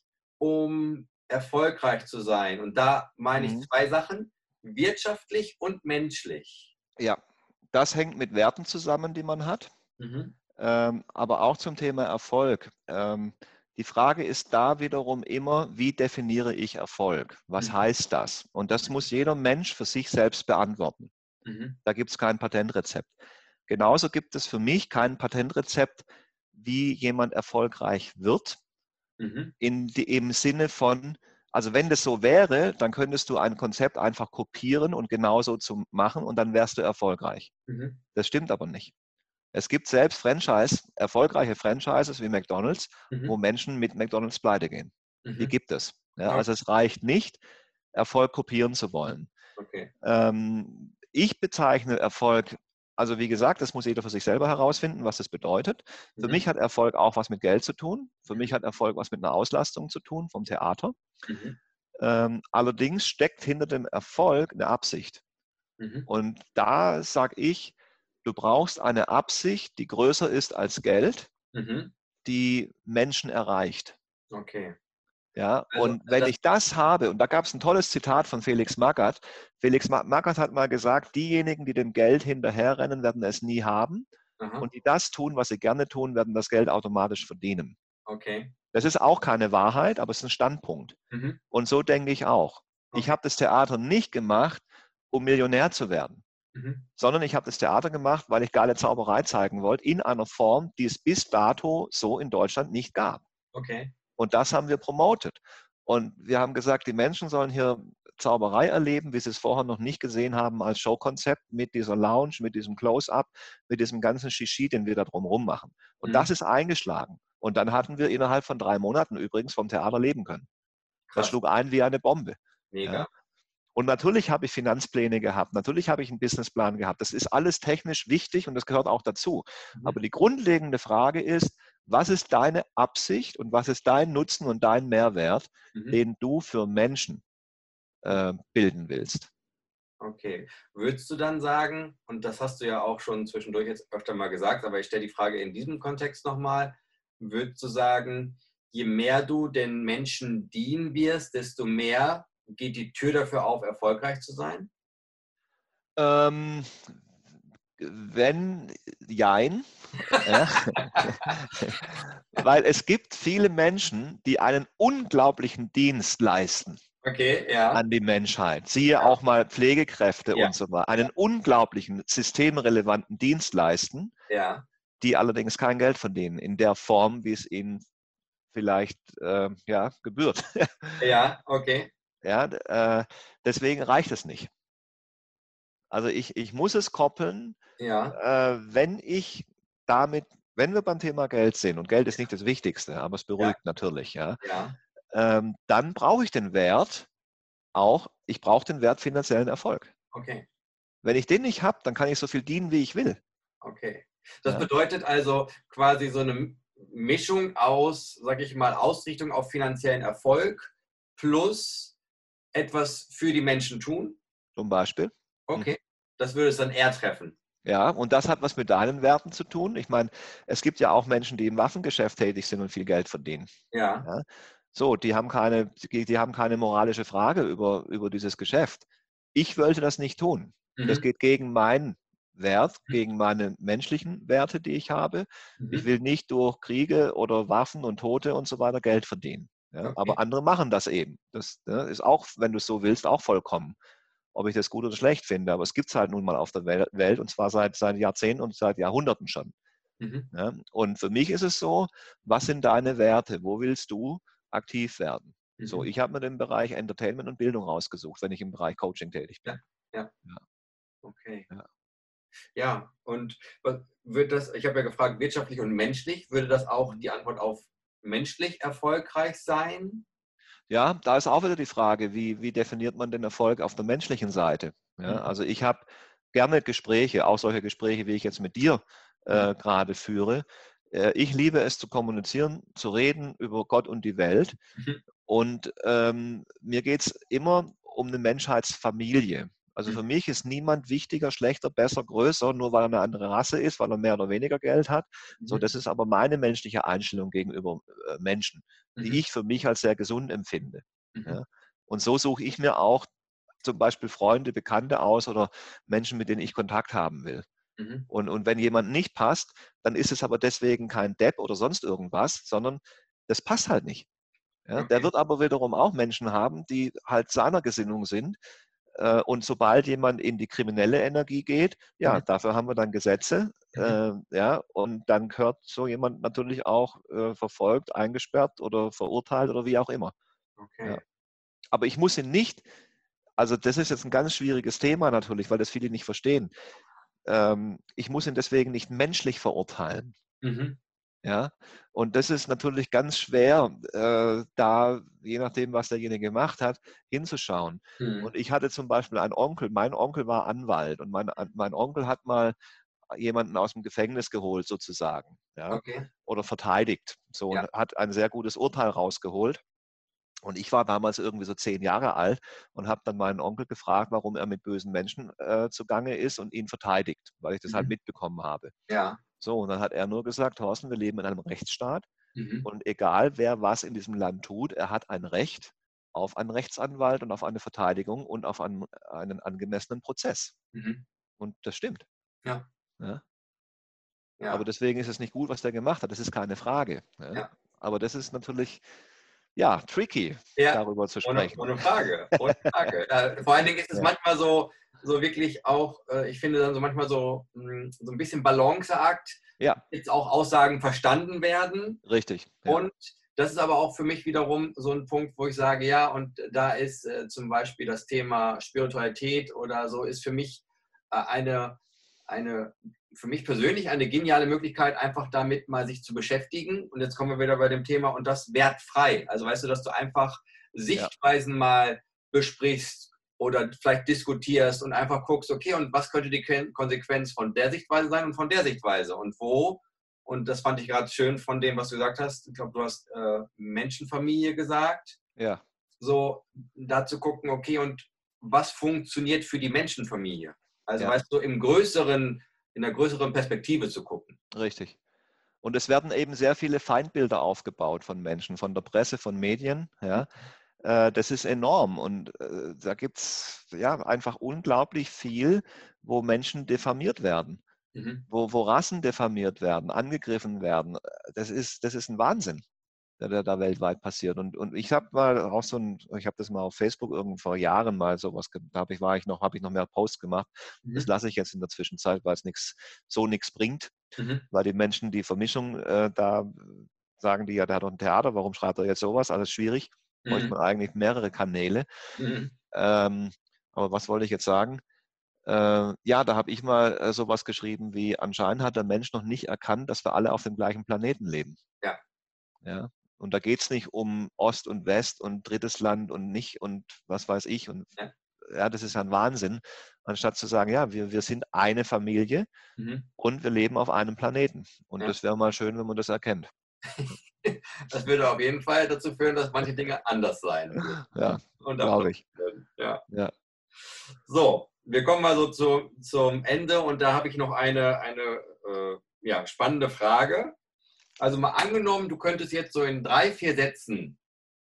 C: um erfolgreich zu sein? Und da meine ich
B: Mhm.
C: zwei Sachen, wirtschaftlich und menschlich.
B: Ja, das hängt mit Werten zusammen, die man hat,
C: Mhm.
B: ähm, aber auch zum Thema Erfolg. Ähm, die Frage ist da wiederum immer, wie definiere ich Erfolg? Was
C: Mhm.
B: heißt das? Und das muss jeder Mensch für sich selbst beantworten.
C: Mhm.
B: Da gibt es kein Patentrezept. Genauso gibt es für mich kein Patentrezept, wie jemand erfolgreich wird, mhm. in die, im Sinne von, also wenn das so wäre, dann könntest du ein Konzept einfach kopieren und genauso zu machen und dann wärst du erfolgreich. Mhm. Das stimmt aber nicht. Es gibt selbst Franchise, erfolgreiche Franchises wie McDonald's, mhm. wo Menschen mit McDonald's pleite gehen. Mhm. Die gibt es. Ja, okay. Also es reicht nicht, Erfolg kopieren zu wollen. Okay. Ähm, ich bezeichne Erfolg, also wie gesagt, das muss jeder für sich selber herausfinden, was das bedeutet. Mhm. Für mich hat Erfolg auch was mit Geld zu tun. Für mhm. mich hat Erfolg was mit einer Auslastung zu tun vom Theater. Mhm. Ähm, allerdings steckt hinter dem Erfolg eine Absicht. Mhm. Und da sage ich, du brauchst eine Absicht, die größer ist als Geld, mhm. die Menschen erreicht.
C: Okay.
B: Ja, also, und wenn ich das habe, und da gab es ein tolles Zitat von Felix Magath. Felix Magath hat mal gesagt, diejenigen, die dem Geld hinterherrennen, werden es nie haben. Aha. Und die das tun, was sie gerne tun, werden das Geld automatisch verdienen.
C: Okay.
B: Das ist auch keine Wahrheit, aber es ist ein Standpunkt. Mhm. Und so denke ich auch. Okay. Ich habe das Theater nicht gemacht, um Millionär zu werden. Mhm. Sondern ich habe das Theater gemacht, weil ich geile Zauberei zeigen wollte, in einer Form, die es bis dato so in Deutschland nicht gab.
C: Okay.
B: Und das haben wir promotet. Und wir haben gesagt, die Menschen sollen hier Zauberei erleben, wie sie es vorher noch nicht gesehen haben als Showkonzept mit dieser Lounge, mit diesem Close-Up, mit diesem ganzen Shishi, den wir da drumherum machen. Und mhm. das ist eingeschlagen. Und dann hatten wir innerhalb von drei Monaten übrigens vom Theater leben können. Krass. Das schlug ein wie eine Bombe.
C: Mega.
B: Ja? Und natürlich habe ich Finanzpläne gehabt, natürlich habe ich einen Businessplan gehabt. Das ist alles technisch wichtig und das gehört auch dazu. Mhm. Aber die grundlegende Frage ist, was ist deine Absicht und was ist dein Nutzen und dein Mehrwert, mhm. den du für Menschen äh, bilden willst?
C: Okay. Würdest du dann sagen, und das hast du ja auch schon zwischendurch jetzt öfter mal gesagt, aber ich stelle die Frage in diesem Kontext nochmal, würdest du sagen, je mehr du den Menschen dienen wirst, desto mehr geht die Tür dafür auf, erfolgreich zu sein?
B: Ähm, wenn, jein. Ja. Weil es gibt viele Menschen, die einen unglaublichen Dienst leisten.
C: Okay, ja.
B: An die Menschheit. Siehe ja. auch mal Pflegekräfte ja. und so weiter. Einen ja. unglaublichen, systemrelevanten Dienst leisten,
C: ja.
B: die allerdings kein Geld verdienen, in der Form, wie es ihnen vielleicht äh, ja, gebührt.
C: Ja, okay.
B: Ja, äh, deswegen reicht es nicht. Also ich, ich muss es koppeln,
C: ja.
B: äh, wenn ich damit, wenn wir beim Thema Geld sind, und Geld ist nicht das Wichtigste, aber es beruhigt
C: ja.
B: natürlich, ja,
C: ja.
B: Ähm, dann brauche ich den Wert auch, ich brauche den Wert finanziellen Erfolg.
C: Okay.
B: Wenn ich den nicht habe, dann kann ich so viel dienen, wie ich will.
C: Okay. Das
B: ja.
C: bedeutet also quasi so eine Mischung aus, sage ich mal, Ausrichtung auf finanziellen Erfolg plus etwas für die Menschen tun?
B: Zum Beispiel.
C: Okay. Mhm. Das würde es dann eher treffen.
B: Ja, und das hat was mit deinen Werten zu tun. Ich meine, es gibt ja auch Menschen, die im Waffengeschäft tätig sind und viel Geld verdienen.
C: Ja.
B: ja. So, die haben keine, die, die haben keine moralische Frage über, über dieses Geschäft. Ich wollte das nicht tun. Mhm. Das geht gegen meinen Wert, mhm. gegen meine menschlichen Werte, die ich habe. Mhm. Ich will nicht durch Kriege oder Waffen und Tote und so weiter Geld verdienen. Ja. Okay. Aber andere machen das eben. Das ja, ist auch, wenn du es so willst, auch vollkommen. Ob ich das gut oder schlecht finde. Aber es gibt es halt nun mal auf der Welt und zwar seit, seit Jahrzehnten und seit Jahrhunderten schon. Mhm. Ja. Und für mich ist es so, was sind deine Werte? Wo willst du aktiv werden? Mhm. So, ich habe mir den Bereich Entertainment und Bildung rausgesucht, wenn ich im Bereich Coaching tätig bin.
C: Ja, ja.
B: ja.
C: Okay. Ja. ja, und wird das, ich habe ja gefragt, wirtschaftlich und menschlich, würde das auch die Antwort auf menschlich erfolgreich sein?
B: Ja, da ist auch wieder die Frage, wie, wie definiert man den Erfolg auf der menschlichen Seite? Ja, mhm. Also ich habe gerne Gespräche, auch solche Gespräche, wie ich jetzt mit dir äh, mhm. gerade führe. Äh, ich liebe es zu kommunizieren, zu reden über Gott und die Welt. Mhm. Und ähm, mir geht es immer um eine Menschheitsfamilie. Also für mich ist niemand wichtiger, schlechter, besser, größer, nur weil er eine andere Rasse ist, weil er mehr oder weniger Geld hat. Mhm. So, das ist aber meine menschliche Einstellung gegenüber äh, Menschen, die mhm. ich für mich als sehr gesund empfinde. Mhm. Ja? Und so suche ich mir auch zum Beispiel Freunde, Bekannte aus oder Menschen, mit denen ich Kontakt haben will. Mhm. Und, und wenn jemand nicht passt, dann ist es aber deswegen kein Depp oder sonst irgendwas, sondern das passt halt nicht. Ja? Okay. Der wird aber wiederum auch Menschen haben, die halt seiner Gesinnung sind. Und sobald jemand in die kriminelle Energie geht, ja, mhm. dafür haben wir dann Gesetze. Mhm. Äh, ja, und dann gehört so jemand natürlich auch äh, verfolgt, eingesperrt oder verurteilt oder wie auch immer.
C: Okay.
B: Ja. Aber ich muss ihn nicht, also das ist jetzt ein ganz schwieriges Thema natürlich, weil das viele nicht verstehen. Ähm, ich muss ihn deswegen nicht menschlich verurteilen.
C: Mhm.
B: Ja, und das ist natürlich ganz schwer, äh, da, je nachdem, was derjenige gemacht hat, hinzuschauen.
C: Mhm.
B: Und ich hatte zum Beispiel einen Onkel, mein Onkel war Anwalt und mein, mein Onkel hat mal jemanden aus dem Gefängnis geholt sozusagen, ja,
C: okay.
B: oder verteidigt, so,
C: ja.
B: und hat ein sehr gutes Urteil rausgeholt. Und ich war damals irgendwie so zehn Jahre alt und habe dann meinen Onkel gefragt, warum er mit bösen Menschen äh, zugange ist und ihn verteidigt, weil ich das mhm. halt mitbekommen habe.
C: Ja.
B: So, und dann hat er nur gesagt, Thorsten, wir leben in einem Rechtsstaat
C: mhm.
B: und egal wer was in diesem Land tut, er hat ein Recht auf einen Rechtsanwalt und auf eine Verteidigung und auf einen, einen angemessenen Prozess.
C: Mhm.
B: Und das stimmt.
C: Ja.
B: Ja?
C: Ja.
B: Aber deswegen ist es nicht gut, was der gemacht hat. Das ist keine Frage. Ja?
C: Ja.
B: Aber das ist natürlich, ja, tricky,
C: ja.
B: darüber zu sprechen.
C: Ohne, ohne Frage. Ohne Frage. ja, vor allen Dingen ist es ja. manchmal so, so wirklich auch, äh, ich finde dann so manchmal so, mh, so ein bisschen Balanceakt,
B: ja.
C: jetzt auch Aussagen verstanden werden.
B: Richtig.
C: Ja. Und das ist aber auch für mich wiederum so ein Punkt, wo ich sage, ja, und da ist äh, zum Beispiel das Thema Spiritualität oder so, ist für mich äh, eine, eine, für mich persönlich eine geniale Möglichkeit, einfach damit mal sich zu beschäftigen. Und jetzt kommen wir wieder bei dem Thema und das wertfrei. Also weißt du, dass du einfach Sichtweisen ja. mal besprichst oder vielleicht diskutierst und einfach guckst, okay, und was könnte die Konsequenz von der Sichtweise sein und von der Sichtweise und wo? Und das fand ich gerade schön von dem, was du gesagt hast. Ich glaube, du hast äh, Menschenfamilie gesagt.
B: Ja.
C: So, da zu gucken, okay, und was funktioniert für die Menschenfamilie? Also,
B: ja.
C: weißt du, im größeren, in der größeren Perspektive zu gucken.
B: Richtig. Und es werden eben sehr viele Feindbilder aufgebaut von Menschen, von der Presse, von Medien. Ja. Das ist enorm und äh, da gibt es ja einfach unglaublich viel, wo Menschen diffamiert werden, mhm. wo, wo Rassen diffamiert werden, angegriffen werden. Das ist, das ist ein Wahnsinn, der da weltweit passiert. Und, und ich habe mal auch so ein, ich habe das mal auf Facebook irgend vor Jahren mal sowas, da habe ich, war ich noch, habe ich noch mehr Posts gemacht. Mhm. Das lasse ich jetzt in der Zwischenzeit, weil es nichts, so nichts bringt, mhm. weil die Menschen die Vermischung, äh, da sagen die ja, der hat doch ein Theater, warum schreibt er jetzt sowas? Alles schwierig. Bräuchte man eigentlich mehrere Kanäle. Mhm. Ähm, aber was wollte ich jetzt sagen? Äh, ja, da habe ich mal äh, sowas geschrieben wie, anscheinend hat der Mensch noch nicht erkannt, dass wir alle auf dem gleichen Planeten leben.
C: Ja.
B: Ja? Und da geht es nicht um Ost und West und drittes Land und nicht und was weiß ich. Und ja, ja das ist ein Wahnsinn. Anstatt zu sagen, ja, wir, wir sind eine Familie mhm. und wir leben auf einem Planeten. Und ja. das wäre mal schön, wenn man das erkennt.
C: Das würde auf jeden Fall dazu führen, dass manche Dinge anders sein.
B: Ja, glaube ich.
C: Ja.
B: Ja.
C: So, wir kommen mal so zu, zum Ende und da habe ich noch eine, eine äh, ja, spannende Frage. Also mal angenommen, du könntest jetzt so in drei, vier Sätzen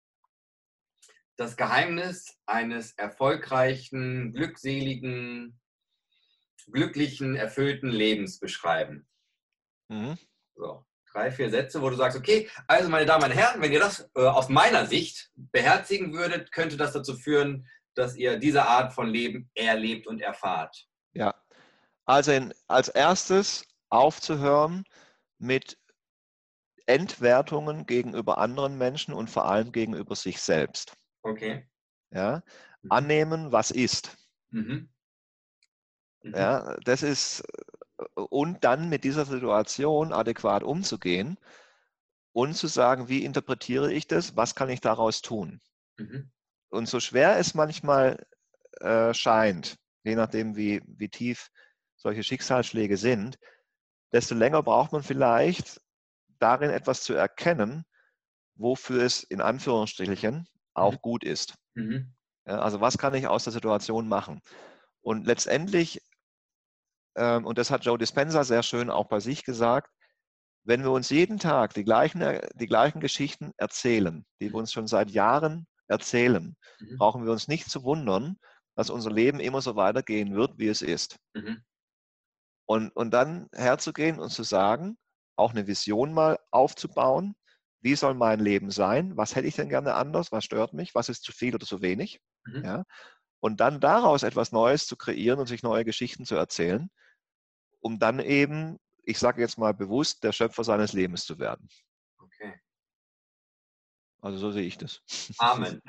C: das Geheimnis eines erfolgreichen, glückseligen, glücklichen, erfüllten Lebens beschreiben.
B: Mhm.
C: So. Drei, vier Sätze, wo du sagst, okay, also meine Damen und Herren, wenn ihr das äh, aus meiner Sicht beherzigen würdet, könnte das dazu führen, dass ihr diese Art von Leben erlebt und erfahrt.
B: Ja, also in, als erstes aufzuhören mit Entwertungen gegenüber anderen Menschen und vor allem gegenüber sich selbst.
C: Okay.
B: Ja, mhm. Annehmen, was ist.
C: Mhm. Mhm.
B: Ja, das ist... Und dann mit dieser Situation adäquat umzugehen und zu sagen, wie interpretiere ich das, was kann ich daraus tun? Mhm. Und so schwer es manchmal äh, scheint, je nachdem wie, wie tief solche Schicksalsschläge sind, desto länger braucht man vielleicht darin etwas zu erkennen, wofür es in Anführungsstrichen auch mhm. gut ist.
C: Mhm.
B: Ja, also was kann ich aus der Situation machen? Und letztendlich und das hat Joe Dispenza sehr schön auch bei sich gesagt, wenn wir uns jeden Tag die gleichen, die gleichen Geschichten erzählen, die wir uns schon seit Jahren erzählen, mhm. brauchen wir uns nicht zu wundern, dass unser Leben immer so weitergehen wird, wie es ist.
C: Mhm.
B: Und, und dann herzugehen und zu sagen, auch eine Vision mal aufzubauen, wie soll mein Leben sein, was hätte ich denn gerne anders, was stört mich, was ist zu viel oder zu wenig.
C: Mhm.
B: Ja? und dann daraus etwas Neues zu kreieren und sich neue Geschichten zu erzählen, um dann eben, ich sage jetzt mal bewusst, der Schöpfer seines Lebens zu werden.
C: Okay.
B: Also so sehe ich das.
C: Amen.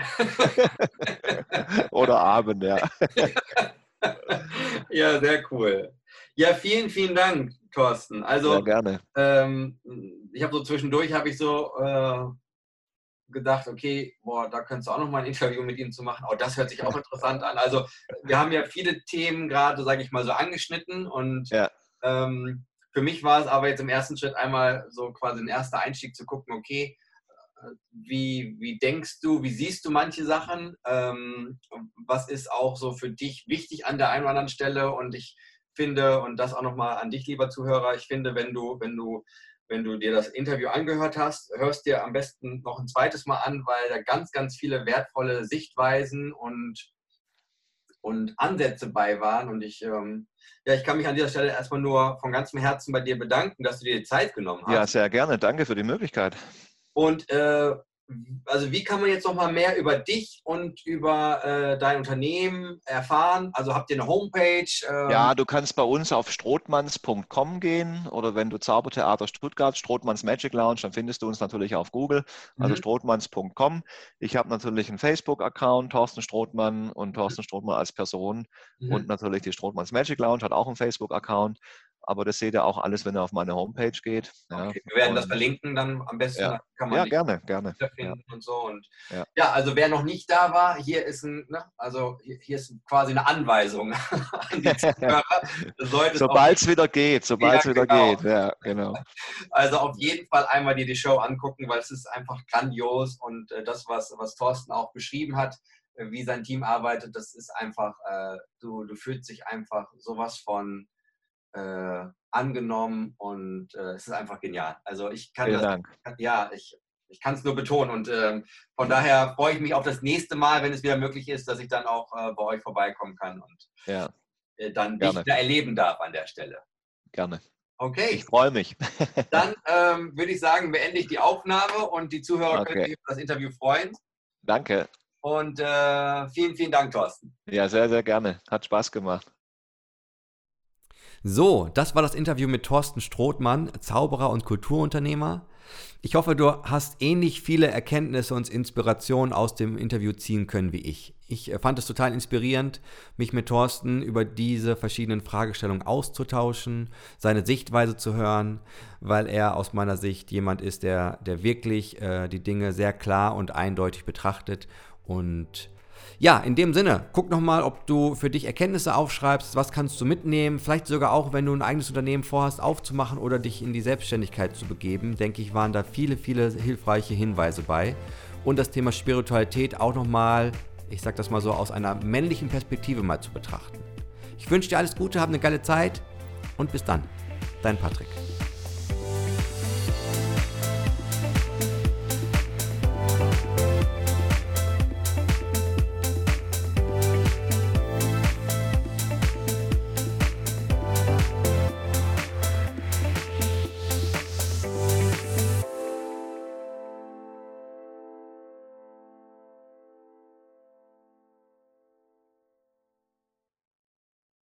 B: Oder Amen, ja.
C: Ja, sehr cool. Ja, vielen, vielen Dank, Thorsten. Also,
B: ja, gerne.
C: Ähm, ich habe so zwischendurch, habe ich so äh, gedacht, okay, boah, da könntest du auch noch mal ein Interview mit ihm zu machen. Oh, das hört sich auch interessant an. Also, wir haben ja viele Themen gerade, sage ich mal, so angeschnitten und
B: ja.
C: ähm, für mich war es aber jetzt im ersten Schritt einmal so quasi ein erster Einstieg zu gucken, okay, Wie, wie denkst du, wie siehst du manche Sachen? Ähm, was ist auch so für dich wichtig an der einen oder anderen Stelle? Und ich finde, und das auch nochmal an dich, lieber Zuhörer, ich finde, wenn du, wenn du, wenn du dir das Interview angehört hast, hörst dir am besten noch ein zweites Mal an, weil da ganz, ganz viele wertvolle Sichtweisen und, und Ansätze bei waren. Und ich, ähm, ja, ich kann mich an dieser Stelle erstmal nur von ganzem Herzen bei dir bedanken, dass du dir die Zeit genommen hast.
B: Ja, sehr gerne. Danke für die Möglichkeit.
C: Und äh, also wie kann man jetzt noch mal mehr über dich und über äh, dein Unternehmen erfahren? Also habt ihr eine Homepage? Ähm
B: ja, du kannst bei uns auf strothmanns punkt com gehen oder wenn du Zaubertheater Stuttgart, Strothmanns Magic Lounge, dann findest du uns natürlich auf Google, also mhm. strothmanns punkt com. Ich habe natürlich einen Facebook-Account, Thorsten Strothmann und Thorsten Strothmann als Person mhm. und natürlich die Strothmanns Magic Lounge hat auch einen Facebook-Account. Aber das seht ihr auch alles, wenn ihr auf meine Homepage geht. Ja.
C: Okay, wir werden und, das verlinken dann am besten.
B: Ja,
C: dann kann man
B: ja gerne, gerne.
C: Finden
B: ja.
C: und so. Und
B: ja.
C: ja, also wer noch nicht da war, hier ist ein, ne, also hier, hier ist quasi eine Anweisung an die Zuhörer.
B: Sobald es wieder geht, sobald es
C: ja,
B: wieder
C: genau.
B: geht. Ja, genau.
C: Also auf jeden Fall einmal dir die Show angucken, weil es ist einfach grandios und äh, das, was, was Thorsten auch beschrieben hat, äh, wie sein Team arbeitet, das ist einfach, äh, du, du fühlst dich einfach sowas von Äh, angenommen und äh, es ist einfach genial. Also ich kann
B: Vielen
C: das,
B: Dank.
C: ja, ich, ich kann es nur betonen und ähm, von daher freue ich mich auf das nächste Mal, wenn es wieder möglich ist, dass ich dann auch äh, bei euch vorbeikommen kann und
B: ja.
C: äh, dann
B: Gerne.
C: dich da erleben darf an der Stelle.
B: Gerne.
C: Okay.
B: Ich freue mich.
C: Dann ähm, würde ich sagen, beende ich die Aufnahme und die Zuhörer
B: okay.
C: können sich auf das Interview freuen.
B: Danke.
C: Und äh, vielen, vielen Dank, Thorsten.
B: Ja, sehr, sehr gerne. Hat Spaß gemacht.
A: So, das war das Interview mit Thorsten Strothmann, Zauberer und Kulturunternehmer. Ich hoffe, du hast ähnlich viele Erkenntnisse und Inspirationen aus dem Interview ziehen können wie ich. Ich fand es total inspirierend, mich mit Thorsten über diese verschiedenen Fragestellungen auszutauschen, seine Sichtweise zu hören, weil er aus meiner Sicht jemand ist, der, der wirklich äh, die Dinge sehr klar und eindeutig betrachtet. Und ja, in dem Sinne, guck nochmal, ob du für dich Erkenntnisse aufschreibst, was kannst du mitnehmen, vielleicht sogar auch, wenn du ein eigenes Unternehmen vorhast, aufzumachen oder dich in die Selbstständigkeit zu begeben, denke ich, waren da viele, viele hilfreiche Hinweise bei. Und das Thema Spiritualität auch nochmal, ich sag das mal so, aus einer männlichen Perspektive mal zu betrachten. Ich wünsche dir alles Gute, hab eine geile Zeit und bis dann. Dein Patrick.